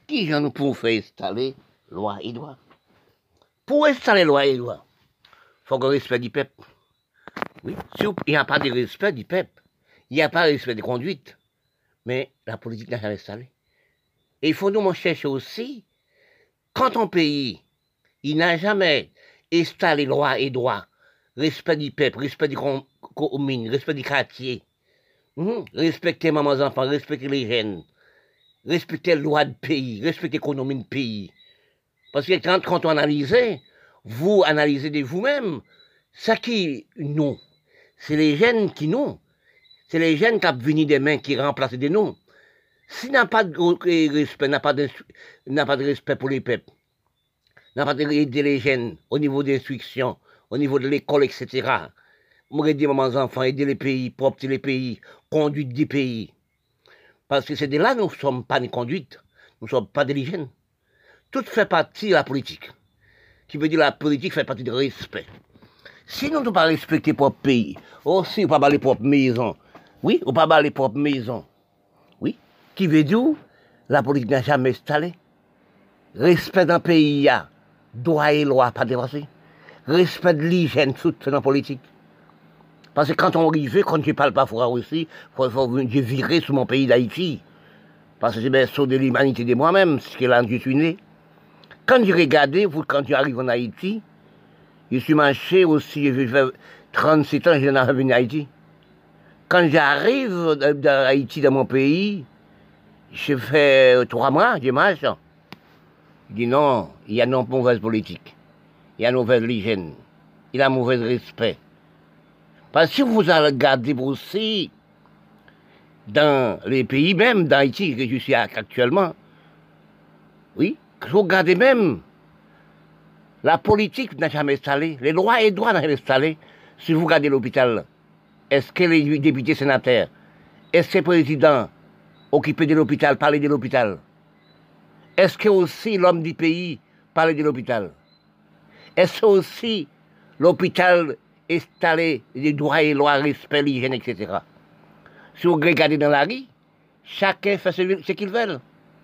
Qui j'en nous pour faire installer loi et droit? Pour installer loi et droit, il faut qu'on respect du peuple. Oui. Si il n'y a pas de respect du peuple, il n'y a pas de respect de conduite, mais la politique n'a jamais installé. Et il faut nous chercher aussi, quand un pays, il n'a jamais installé loi et droit, respect du peuple, respect du commune, respect du quartier, hum, respecter maman enfants, respecter les jeunes, respecter la loi du pays, respecter l'économie du pays. Parce que quand, quand on analyse, vous analysez de vous-même, ça qui nous, c'est les jeunes qui nous, c'est les jeunes qui ont venu des mains qui remplacent des noms. S'il n'a pas de respect, n'a pas de, n'a pas de respect pour les peuples, n'a pas d'aider les jeunes au niveau de l'instruction, au niveau de l'école, et cetera. Moi, aider mes enfants, aider les pays, propter les pays, conduire des pays. Parce que c'est de là que nous ne sommes pas des conduites, nous ne sommes pas des jeunes. Tout fait partie de la politique. Qui veut dire que la politique fait partie du respect. Si nous ne pouvons pas respecter notre pays, aussi, on ne peut pas aller propre maison. Oui, on ne peut pas aller propre maison. Oui, qui veut dire que la politique n'a jamais installé. Respect d'un pays, il y a droit et loi pas dépassé. Respect de l'hygiène, tout dans la politique. Parce que quand on arrive, quand je ne parle pas froid aussi, il faut que je virer sur mon pays d'Haïti. Parce que c'est bien saut de l'humanité de moi-même, c'est que là je suis né. Quand je regarde, quand j'arrive en Haïti, je suis marché aussi, je fait trente-sept ans, je n'ai pas venu en Haïti. Quand j'arrive d'Haïti dans mon pays, je fais trois mois, je marche. Je dis non, il y a une mauvaise politique, il y a une mauvaise hygiène, il y a un mauvais respect. Parce que si vous regardez aussi, dans les pays même, d'Haïti, que je suis actuellement, oui, vous regardez même, la politique n'a jamais installé, les lois et droits n'ont jamais installé. Si vous regardez l'hôpital, est-ce que les députés sénateurs, est-ce que les présidents occupés de l'hôpital parlaient de l'hôpital? Est-ce que aussi l'homme du pays parlait de l'hôpital? Est-ce que aussi l'hôpital installé des droits et lois, respect, l'hygiène, et cetera. Si vous regardez dans la rue, chacun fait ce qu'il veut.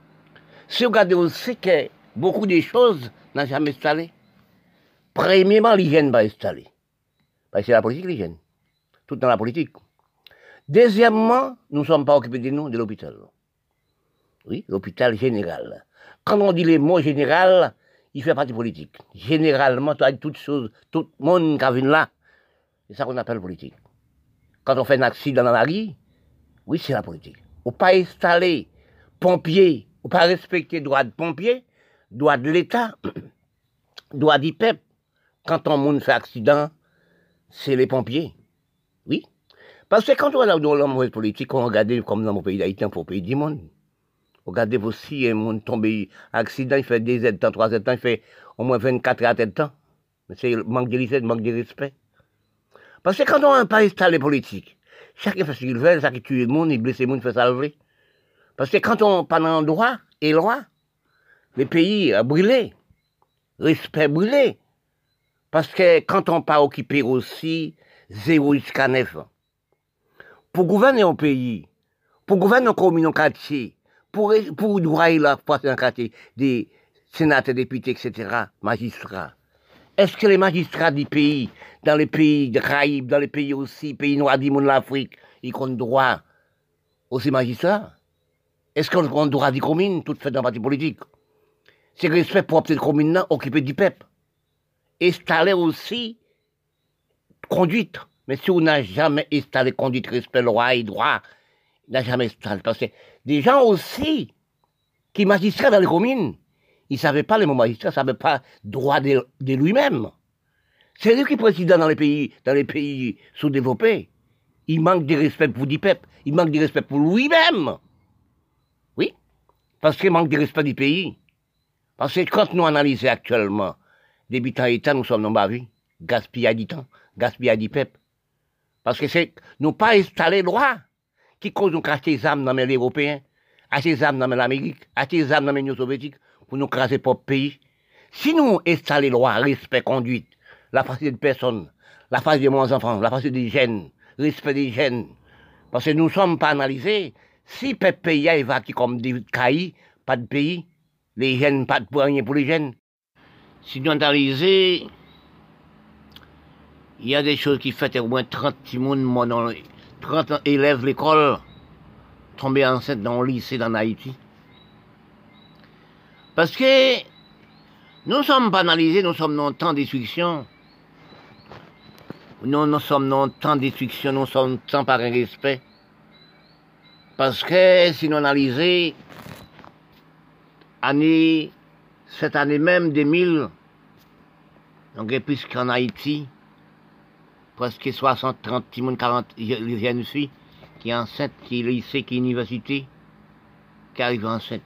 Si vous regardez aussi que beaucoup de choses n'ont jamais installé. Premièrement, l'hygiène va installer. Parce que c'est la politique, l'hygiène. Tout dans la politique. Deuxièmement, nous ne sommes pas occupés de nous, de l'hôpital. Oui, l'hôpital général. Quand on dit les mots général, il fait partie politique. Généralement, toutes choses, tout le monde qui vient là, c'est ça qu'on appelle politique. Quand on fait un accident dans la rue, oui, c'est la politique. On ne peut pas installer pompiers, on ne peut pas respecter droit de pompiers, droit de l'État, droit du peuple. Quand un monde fait accident, c'est les pompiers. Oui. Parce que quand on a dans la mauvaise politique, on regarde comme dans mon pays d'Haïti, pour le pays du monde. Regardez aussi, un monde tombé accident, il fait deux ans, trois ans, il fait au moins vingt-quatre à temps. Mais c'est manque de lycée, manque de respect. Parce que quand on n'a pas installé politique, chacun fait ce qu'il veut, chacun tue le monde, il blesse le monde, il fait salver. Parce que quand on parle en droit et loi, le pays a brûlé. Respect brûlé. Parce que quand on pas occupé aussi, zéro jusqu'à neuf. Pour gouverner un pays, pour gouverner une commune, un quartier, pour, pour droit et la place dans le quartier, des sénateurs, députés, et cetera, magistrats. Est-ce que les magistrats du pays, dans les pays de Caraïbes, dans les pays aussi, pays noirs du monde de l'Afrique, ils ont droit aussi magistrats? Est-ce qu'on a droit des communes, toutes faites dans le parti politique? C'est respect propre de commune, occupé du peuple. Installer aussi conduite. Mais si on n'a jamais installé conduite, respect, loi et droit, on n'a jamais installé. Parce que des gens aussi, qui magistrats dans les communes, ils ne savaient pas les mots magistrats, ils ne savaient pas droit de, de lui-même. C'est lui qui est président dans les pays, dans les pays sous-développés. Il manque de respect pour du peuple, il manque de respect pour lui-même. Oui, parce qu'il manque de respect du pays. Parce que quand nous analysons actuellement, depuis temps et temps, nous sommes dans ma vie, gaspillage du temps, gaspillage du peuple. Parce que c'est, nous pas installé loi qui cause nous cracher les âmes dans les Européens, acheter les âmes dans l'Amérique, acheter les âmes dans l'Union soviétique, pour nous craser propre pays. Si nous installons loi, respect, conduite, la face de personnes, la face de mes enfants, la face des jeunes, respect des jeunes, parce que nous ne sommes pas analysés, si le pays est évacué comme des cailles, pas de pays, Les jeunes, pas de rien pour les jeunes. Si nous analysons, il y a des choses qui font au moins trente personnes, trente élèves de l'école tombés enceintes dans le lycée en Haïti. Parce que nous ne sommes pas analysés, nous sommes dans le temps de destruction. Nous, nous sommes dans le temps de destruction, nous sommes sans par un respect. Parce que si nous analysons, année, cette année même deux mille, donc puisqu'en Haïti, presque soixante, trente, quarante jeunes filles qui est enceinte, qui est lycée, qui est université, qui arrivent enceinte.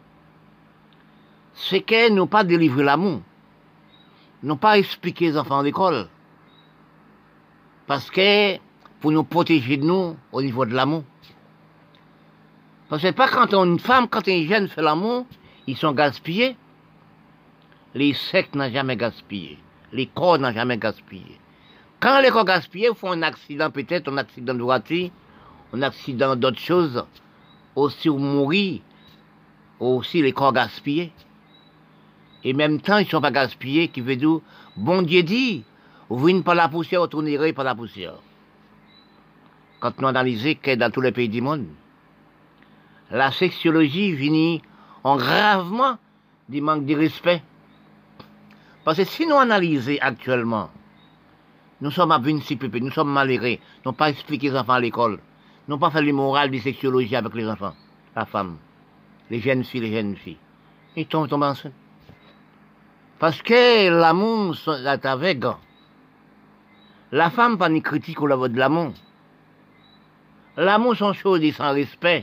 C'est qu'elles n'ont pas délivré l'amour, n'ont pas expliqué aux enfants d'école. Parce que, pour nous protéger de nous, au niveau de l'amour. Parce que pas quand on, une femme, quand un jeune fait l'amour, ils sont gaspillés. Les sectes n'ont jamais gaspillé. Les corps n'ont jamais gaspillé. Quand les corps gaspillés font un accident, peut-être un accident de voiture, un accident d'autres choses, aussi ou mourir, aussi les corps gaspillés. Et en même temps, ils ne sont pas gaspillés, qui veut dire, bon Dieu dit, vous venez par la poussière, vous tournerez par la poussière. Quand nous analysons que dans tous les pays du monde, la sexologie finit en gravement du manque de respect. Parce que si nous analysons actuellement, nous sommes à vingt-six P P, nous sommes malheureux, nous n'avons pas expliqué les enfants à l'école, nous n'avons pas fait le moral de sexologie avec les enfants, la femme, les jeunes filles, les jeunes filles. Ils tombent, tombent enceintes. Parce que l'amour est avec. La femme pas ni critique au niveau de l'amour. L'amour sont choses sans respect.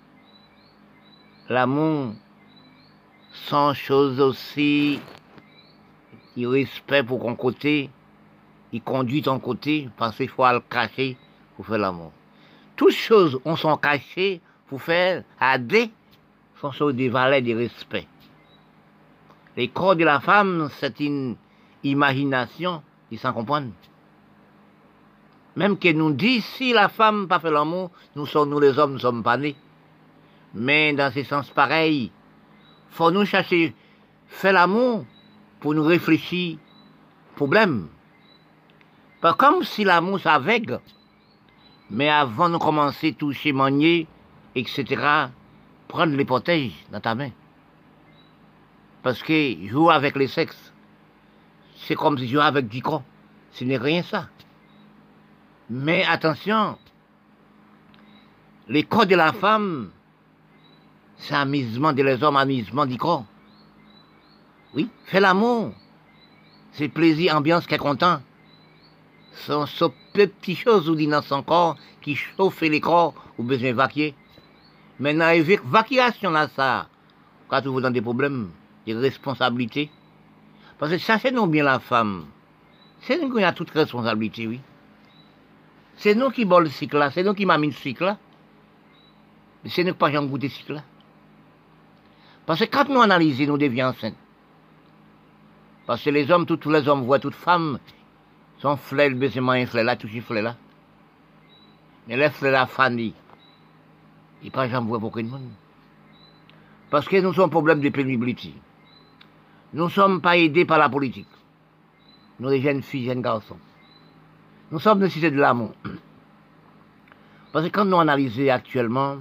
L'amour sont choses aussi qui respect pour ton côté, il conduit ton côté, parce qu'il faut le cacher pour faire l'amour. Toutes choses on sont cachées pour faire aider, sont sur des valeurs de respect. Les corps de la femme, c'est une imagination, ils s'en comprennent. Même que nous dit, si la femme pas fait l'amour, nous sommes, nous les hommes, nous sommes pas nés. Mais dans ce sens pareil, faut nous chercher, faire l'amour pour nous réfléchir, problème. Pas comme si l'amour c'est avec, mais avant de commencer à toucher, manier, et cetera, prendre les protèges dans ta main. Parce que jouer avec les sexes, c'est comme si jouer avec du corps. Ce n'est rien ça. Mais attention, les corps de la femme, c'est amusement de les hommes, amusement du corps. Oui, fais l'amour. C'est plaisir, ambiance, qui est content. Ce sont ces petites choses où dit dans son corps qui chauffent les corps ou besoin de vaquer. Maintenant, avec vacuation là, ça, quand vous dans des problèmes, des responsabilités. Parce que sachez-nous bien la femme. C'est nous qui avons toute responsabilité, oui. C'est nous qui boit le cycle là, c'est nous qui m'amène le cycle là. C'est nous qui pas jamais goûté le cycle là. Parce que quand nous analysons, nous devions enceintes. Parce que les hommes, tous, tous les hommes voient toutes femmes, sont fleurs, le baisement un fleur là, tout ce fleur là. Mais les fleurs là, Fanny, ils ne pas jamais voir pour aucun monde. Parce que nous sommes un problème de pénibilité. Nous ne sommes pas aidés par la politique. Nous, les jeunes filles, jeunes garçons. Nous sommes nécessités de l'amour. Parce que quand nous analysons actuellement,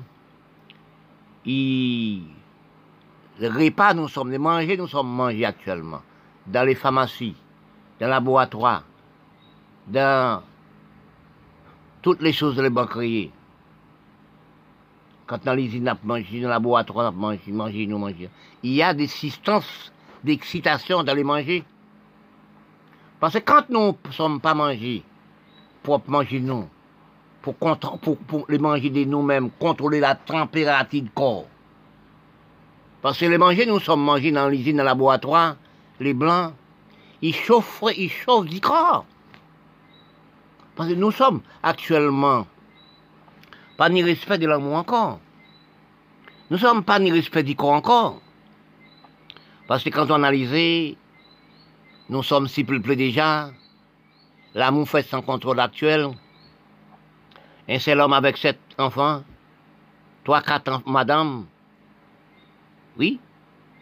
il... le repas, nous sommes les manger, nous sommes mangés actuellement. Dans les pharmacies, dans les laboratoires, dans toutes les choses de les banques créées. Quand dans l'usine, on mange, dans le laboratoire, on mange, manger, nous manger. Il y a des substances d'excitation dans les manger. Parce que quand nous ne sommes pas mangés, pour manger nous, pour, pour, pour les manger de nous-mêmes, contrôler la température du corps. Parce que les manger, nous sommes mangés dans l'usine, dans le laboratoire, les blancs, ils chauffent, ils chauffent du corps. Parce que nous sommes actuellement pas ni respect de l'amour encore. Nous ne sommes pas ni respect du corps encore. Parce que quand on analyse, nous sommes si peuplés déjà, l'amour fait sans contrôle actuel. Un seul homme avec sept enfants, trois, quatre enfants, madame. Oui.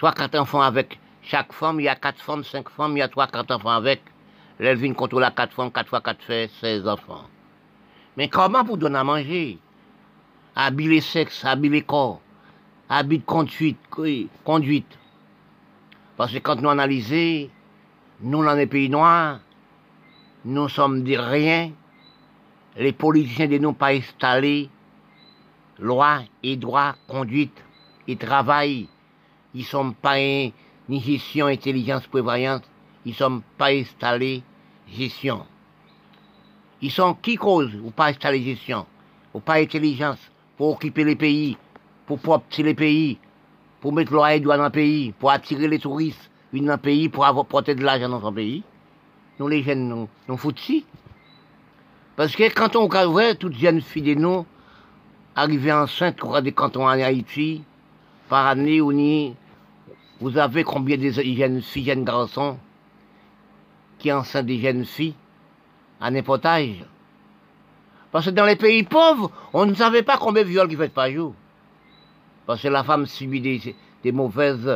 trois, quatre enfants avec chaque femme, il y a quatre femmes, cinq femmes, il y a trois, quatre enfants avec. L'Elvin contrôle à quatre femmes, quatre fois quatre fait seize enfants. Mais comment pour donner à manger? Habiller sexe, habiller corps, habiller conduite, conduite. Parce que quand nous analysons, nous dans les pays noirs, nous sommes des rien. Les politiciens de nous pas installés, loi et droit, conduite et travail. Ils ne sont pas ni gestion, intelligence, prévoyance. Ils ne sont pas installés gestion. Ils sont qui cause ou pas installés gestion, ou pas intelligence, pour occuper les pays, pour protéger les pays, pour mettre loi et droit dans le pays, pour attirer les touristes dans le pays, pour avoir porté de l'argent dans son pays. Nous les jeunes, nous, nous foutent si. Parce que quand on voit toutes jeunes filles de nous arriver enceintes, quand on est en Haïti, par année, ou ni, vous avez combien de jeunes filles, jeunes garçons qui enceintent des jeunes filles à n'importe âge? Parce que dans les pays pauvres, on ne savait pas combien de viols qui fait par jour. Parce que la femme subit des, des mauvaises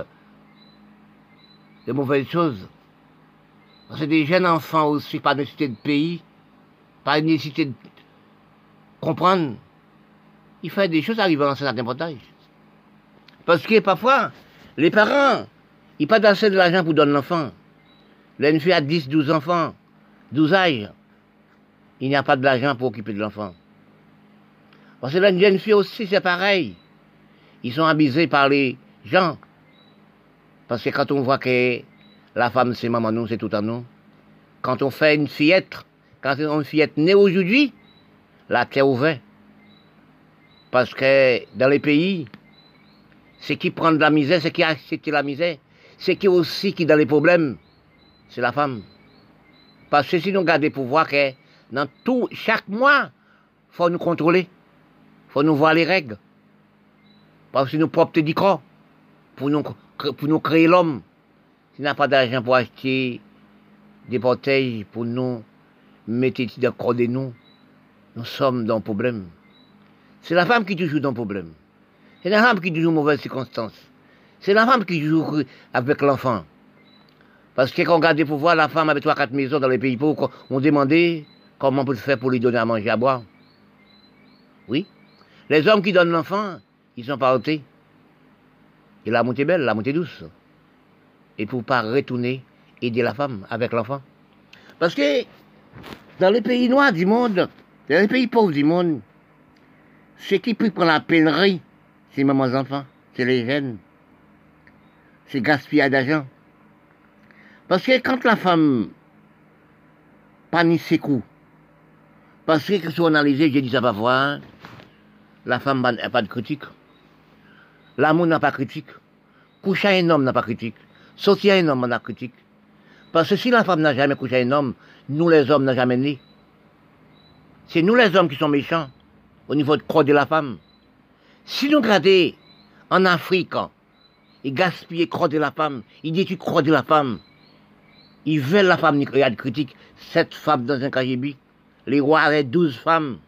des mauvaises choses. Parce que des jeunes enfants aussi, pas de nécessité de pays, pas de nécessité de comprendre, il fait des choses arriver enceinte à n'importe âge. Parce que parfois, les parents, ils n'ont pas assez de l'argent pour donner l'enfant. Une fille a dix, douze enfants, douze âges, il n'y a pas de l'argent pour occuper de l'enfant. Parce que une jeune fille aussi, c'est pareil. Ils sont abusés par les gens. Parce que quand on voit que la femme, c'est maman, nous, c'est tout à nous. Quand on fait une fillette, quand on une fillette née aujourd'hui, la terre ouverte. Parce que dans les pays, c'est qui prend de la misère, c'est qui accepte la misère, c'est qui aussi qui dans les problèmes, c'est la femme. Parce que si nous gardons le pouvoir, que dans tout, chaque mois, il faut nous contrôler, il faut nous voir les règles. Parce que nous propres du corps, pour nous, pour nous créer l'homme. Si nous n'avons pas d'argent pour acheter des bouteilles, pour nous mettre dans le corps de nous, nous sommes dans le problème. C'est la femme qui est toujours dans le problème. C'est la femme qui est toujours dans mauvaises circonstances. C'est la femme qui joue avec l'enfant. Parce que quand on regarde le pouvoir, la femme avait trois, quatre maisons dans les pays pauvres, on demandait comment on peut faire pour lui donner à manger, à boire. Oui. Les hommes qui donnent l'enfant, ils sont pas ôtés. Et la montée belle, la montée douce. Et pour ne pas retourner aider la femme avec l'enfant. Parce que dans les pays noirs du monde, dans les pays pauvres du monde, ceux qui peuvent prendre la pèlerie, c'est mamans enfants, c'est les jeunes. C'est gaspillage d'argent. Parce que quand la femme panie ses coups, parce que si on analyse, j'ai dit ça parfois, la femme n'a pas de critique. L'amour n'a pas de critique. Coucher à un homme n'a pas de critique. Sortir à un homme n'a pas de critique. Parce que si la femme n'a jamais couché à un homme, nous les hommes n'avons jamais né. C'est nous les hommes qui sommes méchants au niveau de croix de la femme. Si nous regardons en Afrique, ils gaspillent le croix de la femme, ils détruisent le croix de la femme. Ils veulent la femme, il y a de critiques. Sept femmes dans un K G B. Les rois avaient douze femmes.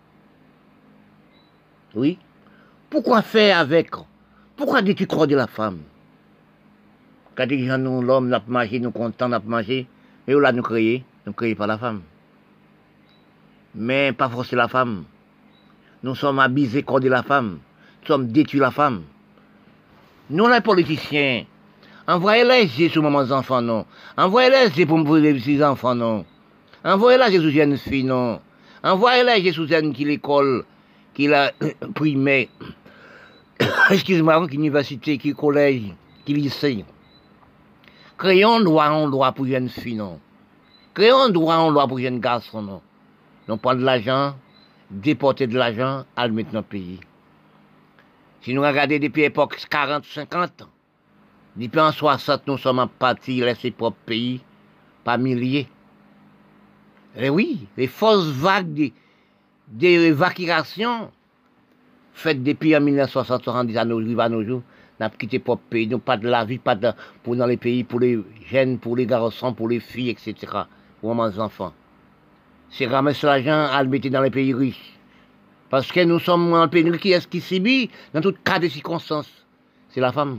Oui. Pourquoi faire avec? Pourquoi détruire le croix de la femme? Quand les gens, nous, l'homme, n'a pas mangé, nous contents, n'a pas mangé, mais là, nous créons, nous créons pas la femme. Mais pas forcer la femme. Nous sommes abusés contre la femme. Nous sommes détruits la femme. Nous, les politiciens, envoyez-les sur mes enfants, non. Envoyez-les pour me les petits enfants, non. Envoyez-les sur une fille, non. Envoyez-les sur une qui l'école, qui la primaire, excuse-moi, qui université, qui collège, qui lycée. Créons un droit en loi pour une fille, non. Créons un droit en loi pour un garçon, non. Non, prendre de l'argent, déporter de l'argent, à le mettre dans le pays. Si nous regardons depuis l'époque quarante, cinquante, depuis en soixante, nous sommes partis laisser propre pays par milliers. Et oui, les fausses vagues d'évacuation faites depuis en mille neuf cent soixante-dix à nos jours, à nos jours, n'a quitté propre pays, nous pas de la vie, pas de, pour dans les pays, pour les jeunes, pour les garçons, pour les filles, et cetera, pour les enfants. C'est ramasser l'argent à le mettre dans les pays riches. Parce que nous sommes en pénurie, qui est-ce qui subit dans tout cas de circonstances? C'est la femme.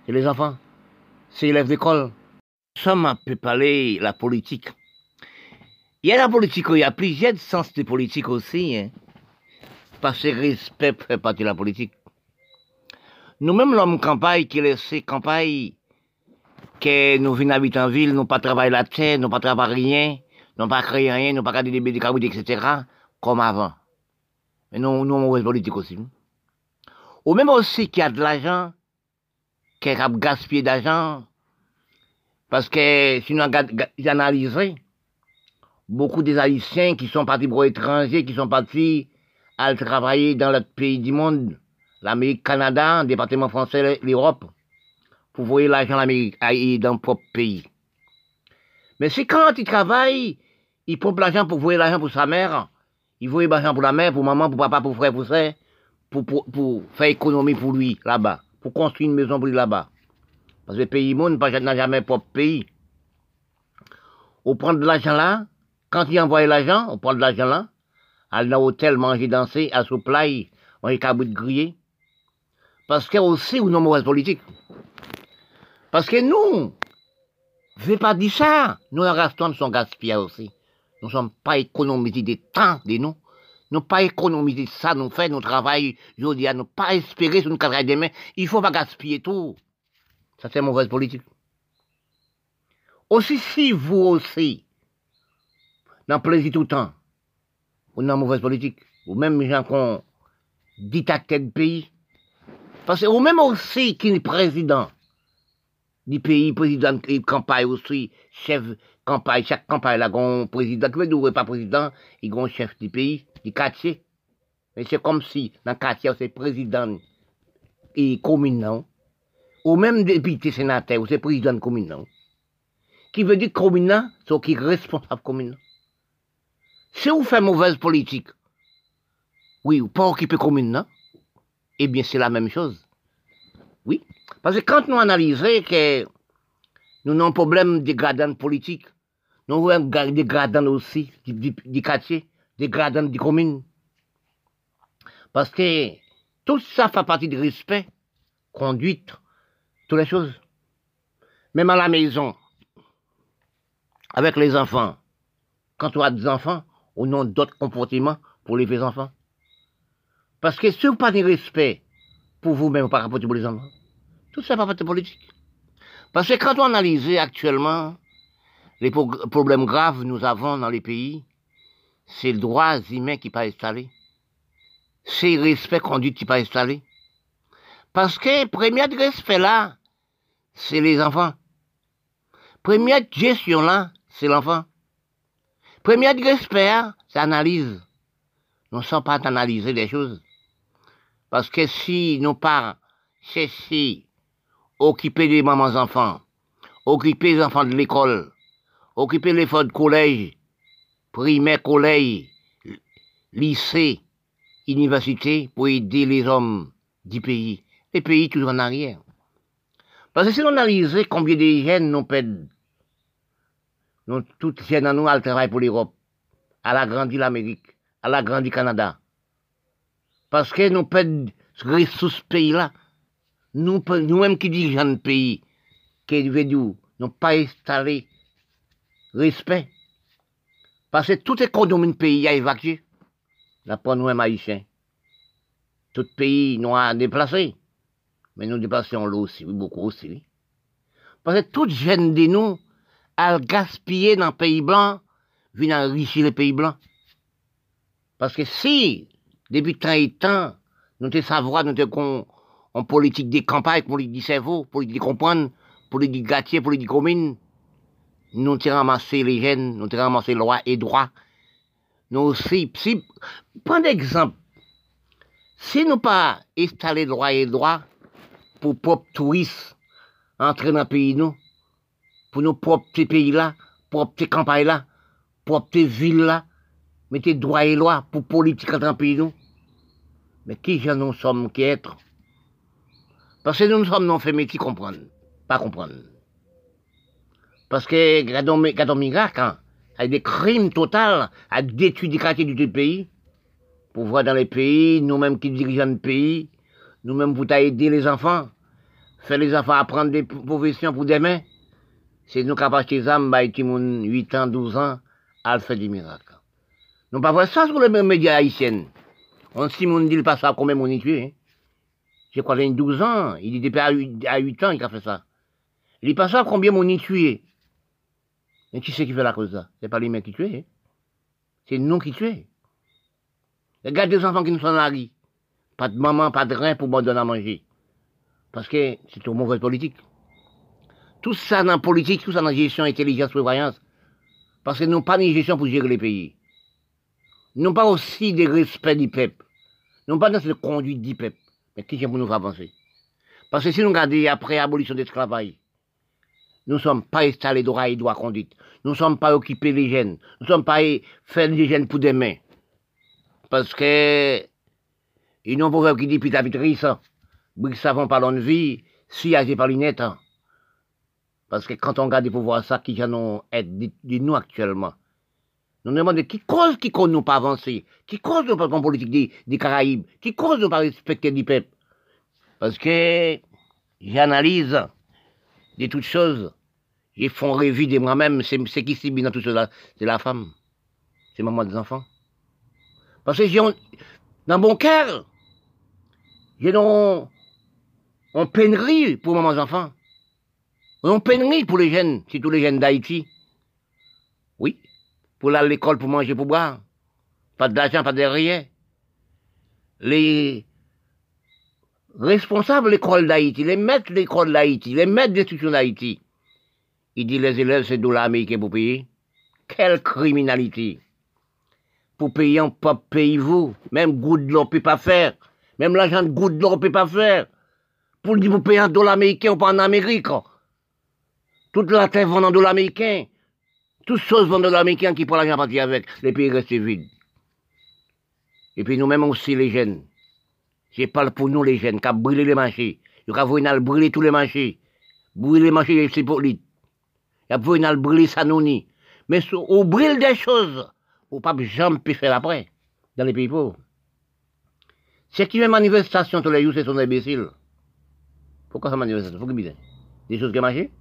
c'est les enfants, c'est les élèves d'école. Ça m'a pu parler la politique. Il y a la politique, il y a plusieurs sens de politique aussi, hein. Parce que respect fait partie de la politique. Nous-mêmes, l'homme campagne, qui laisse campagne, que nous venons habiter en ville, nous pas travailler la terre, nous pas travailler rien, nous pas créer rien, nous pas garder des médicaments, et cetera, comme avant. Mais nous, nous, mauvaise politique aussi. Ou même aussi qu'il y a de l'argent, qu'il y a gaspillé d'argent, parce que si nous analysons, beaucoup des Haïtiens qui sont partis pour étrangers, qui sont partis à travailler dans l'autre pays du monde, l'Amérique, Canada, le département français, l'Europe, pour voir l'argent l'Amérique dans le propre pays. Mais c'est quand il travaille, il pompe l'argent pour voir l'argent pour sa mère, il voit l'argent pour la mère, pour maman, pour papa, pour frère, pour sœur, pour, pour, pour faire économie pour lui là-bas, pour construire une maison pour lui là-bas. Parce que le pays monde n'a jamais propre pays. On prend de l'argent là, quand il envoie l'argent, on prend de l'argent là, aller dans l'hôtel, manger, danser, à sous play, manger cabrit grillé. Parce que aussi, ou non mauvaise politique. Parce que nous, je ne vais pas dire ça, nous, les restaurants, nous sommes gaspillés aussi. Nous ne sommes pas économisés des temps de nous. Nous ne pas économiser ça, nous faisons notre travail, je dis à nous pas espérer sur notre travail demain. Il ne faut pas gaspiller tout. Ça, c'est mauvaise politique. Aussi, si vous aussi, dans le plaisir tout le temps, ou dans la mauvaise politique, ou même les gens qui ont dictateur de pays, parce que ou même aussi qui est président du pays, président de campagne aussi, chef de campagne, chaque campagne là, un président, qui veut dire pas président, il y a un chef du pays, du quartier. Mais c'est comme si, dans le quartier, c'est président et commune, non? Ou même député sénateur, ou c'est président de commune, non? Qui veut dire commune, c'est qui est responsable commune. Si vous faites mauvaise politique, oui, ou pas occuper commune, non? Eh bien, c'est la même chose. Oui. Parce que quand nous analysons que nous avons un problème de gradant politique, nous avons des gradants aussi du, du, du quartier, des gradants de commune. Parce que tout ça fait partie du respect, conduite, toutes les choses. Même à la maison, avec les enfants, quand on a des enfants, on a d'autres comportements pour les enfants. Parce que si vous n'avez pas de respect pour vous-même, par rapport pour les enfants, tout ça fait partie politique. Parce que quand on analyse actuellement les problèmes graves que nous avons dans les pays, c'est le droit humain qui n'est pas installé. C'est le respect conduite qui n'est pas installé. Parce que premier respect là, c'est les enfants. Première gestion là, c'est l'enfant. Premier respect, c'est l'analyse. Nous ne sommes pas analyser les choses. Parce que si nos parents cherchent occuper les mamans enfants, occuper les enfants de l'école, occuper les enfants de collège, primaire, collège, lycée, université, pour aider les hommes du pays, les pays toujours en arrière. Parce que si on analyse combien de jeunes nous perdent, nous, toutes jeunes en nous, elles travaillent pour l'Europe, elle a grandi l'Amérique, elle a grandi le Canada. Parce que nous perdons sous ce pays-là, nous, nous-mêmes qui dirigeons le pays, qui veut dire, nous pas installé respect. Parce que toute économie du pays a évacué. Là, pour nous-mêmes haïtiens. Tout pays nous a déplacés. Mais nous déplaçons l'eau aussi, oui, beaucoup aussi. Oui. Parce que toute jeune de nous a gaspillé dans le pays blanc, vient enrichir le pays blanc. Parce que si, depuis tant et temps, nous te savoir, nous te con, en politique des campagnes, politique du cerveau, politique de comprendre, politique de gâtier, politique de commune, nous te ramassé les jeunes, nous te ramassé loi et droit. Nous aussi, si, prends exemple, si nous pas installé loi et droit pour propres touristes entrer dans le pays, nous, pour nos propres pays là, propres campagnes là, propres villes là, mettez droit et loi pour politique dans le pays, nous. Mais qui j'en nous sommes qui être? Parce que nous nous sommes non fait métier comprendre, pas comprendre. Parce que, regardons miracle, hein, avec des crimes totaux, à détruire des quartiers du pays, pour voir dans les pays, nous-mêmes qui dirigeons le pays, nous-mêmes pour aider les enfants, faire les enfants apprendre des professions pour demain. C'est nous capables de âmes, bah, huit ans, douze ans, à faire des miracles. Nous ne pas voir ça sur les médias haïtiens. On si moun dit pas ça, combien on y tué. Hein? Je crois qu'il a douze ans, il dit depuis à huit ans qu'il a fait ça. Il dit pas ça, combien on y tué. Mais qui c'est qui fait la cause ça? C'est pas les mecs qui tuent. Hein? C'est nous qui tuons. Regarde des enfants qui nous sont dans la rue. Pas de maman, pas de rein pour bon donner à manger. Parce que c'est une mauvaise politique. Tout ça dans la politique, tout ça dans la gestion, intelligence, prévoyance. Parce que nous n'avons pas de gestion pour gérer les pays. Nous n'avons pas aussi de respect du peuple. Nous n'avons pas de conduite du peuple. Mais qui est pour nous faire avancer? Parce que si nous regardons après l'abolition de l'esclavage, nous ne sommes pas installés droit et droit conduite. Nous ne sommes pas occupés des jeunes. Nous ne sommes pas faire des jeunes pour demain. Parce que, il y a un proverbe qui dit, puis t'as vite ça. Briques savons par l'on vie, si agé par l'inette. Parce que quand on regarde pour voir ça, qui j'en aide de nous actuellement, nous nous demandons qui cause qui cause nous pas avancer, qui cause nous pas en politique des, des Caraïbes, qui cause nous pas respecter du peuple. Parce que j'analyse de toutes choses, j'ai font rêver de moi-même, c'est qui subit dans tout cela, c'est la femme, c'est maman des enfants. Parce que j'ai dans mon cœur, j'ai dans on peinerie pour maman des enfants. On peinerie pour les jeunes, surtout les jeunes d'Haïti. Oui, pour aller à l'école, pour manger, pour boire. Pas d'argent, pas de rien. Les responsables de l'école d'Haïti, les maîtres de l'école d'Haïti, les maîtres d'instruction d'Haïti, ils disent les élèves, c'est dollars américains pour payer. Quelle criminalité! Pour payer un propre pays, vous, même goutte de l'eau, on ne peut pas faire. Même l'argent de goutte de l'eau, on ne peut pas faire. Pour dire, vous payez un dollar américain, on pas en Amérique. Toute la terre vend en dollars américains. Toutes choses vendent en dollars américains qui prend l'argent à partir avec. Les pays restent vides. Et puis nous-mêmes aussi, les jeunes. Je parle pour nous, les jeunes, qui ont brûlé les marchés. Ils ont brûler tous les marchés. Brûler les marchés, c'est politique. Ils ont brûler Sanouni. Mais on brûle des choses. On ne peut pas jamais faire après. Dans les pays pauvres. C'est qui fait manifestation tous les jours, c'est son imbécile. Pourquoi ça manifestation? Pourquoi bizarre? Des choses qui ont marché?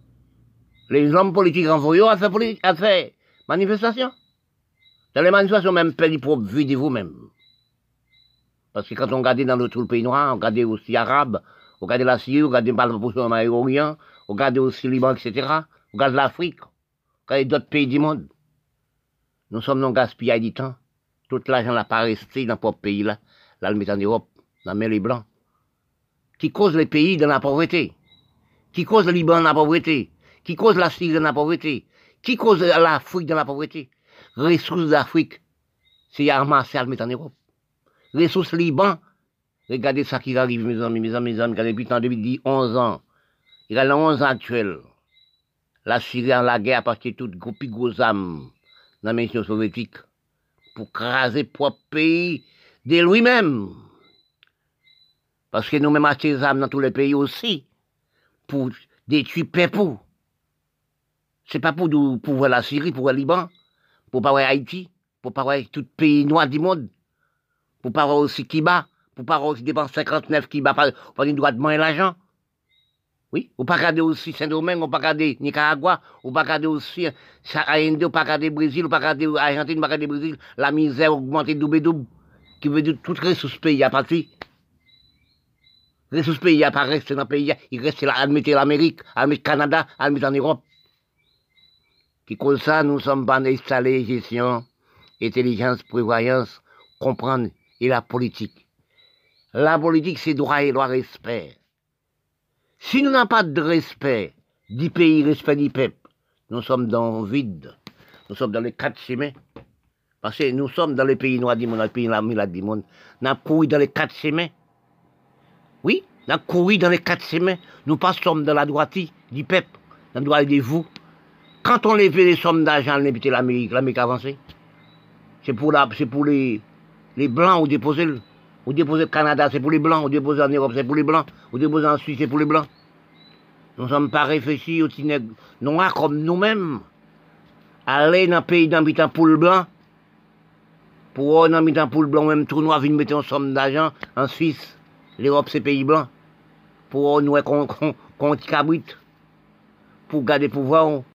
Les hommes politiques envoyés à faire, à faire manifestation. Dans les manifestations, même pays propre vie de vous-même. Parce que quand on regarde dans le, tout le pays noir, on regarde aussi arabe, on regarde la Syrie, on regarde par le Moyen-Orient, on regarde aussi le Liban, et cetera. On regarde l'Afrique, on regarde d'autres pays du monde. Nous sommes non gaspillés du temps. Tout l'argent n'a pas resté dans notre pays là, là le met en Europe, dans les Blancs. Qui cause les pays dans la pauvreté? Qui cause le Liban dans la pauvreté? Qui cause la Syrie dans la pauvreté? Qui cause l'Afrique dans la pauvreté? Ressources d'Afrique, c'est ramassé à le mettre en Europe. Ressources Liban, regardez ça qui arrive, mes amis, mes amis, mes amis, depuis en deux mille dix, onze ans. Il y a onze ans actuels. La Syrie en la guerre a passé toutes les plus grosses âmes dans la mission soviétique pour craser le propre pays de lui-même. Parce que nous-mêmes achetons des âmes dans tous les pays aussi pour détruire Pépou. C'est pas pour, pour voir la Syrie, pour voir le Liban, pour pas voir Haïti, pour pas voir tout pays noir du monde, pour pas voir aussi Kiba, pour pas voir aussi dépenser cinquante-neuf Kiba, pas pas droit de manger l'argent. Oui, ou pas regarder aussi Saint-Domingue, ou pas regarder Nicaragua, ou pas regarder aussi Haïti, ou pas regarder Brésil, ou pas regarder Argentine, ou pas regarder Brésil, la misère augmentée double-double, qui veut dire toutes les ressources pays à partir. Les ressources pays à pas rester dans le pays, il reste là, admettez l'Amérique, admettez le Canada, admettez en Europe. Qui cause ça, nous sommes pas installés, gestion, intelligence, prévoyance, comprendre, et la politique. La politique, c'est droit et loi, respect. Si nous n'avons pas de respect du pays, respect du peuple, nous sommes dans le vide. Nous sommes dans les quatre chemins. Parce que nous sommes dans les pays noirs du monde, dans les pays noirs du monde. Nous avons couru dans les quatre chemins. Oui, nous avons couru dans les quatre chemins. Nous passons dans la droiture du peuple, dans la droiture de vous. Quand on lève les sommes d'argent, on lève l'Amérique, l'Amérique avancée. C'est pour, la, pour les, les Blancs, on dépose le, on dépose le Canada, c'est pour les Blancs, on dépose en Europe, c'est pour les Blancs, on dépose en Suisse, c'est pour les Blancs. Nous ne sommes pas réfléchis aux nègres noirs comme nous-mêmes. Aller dans le pays d'habitant pour le blanc, pour un habitant pour le blanc, même tout noir, venir mettre en somme d'argent en Suisse. L'Europe, c'est pays blanc. pour nous qu'on qu'on cabrit, pour garder le pouvoir.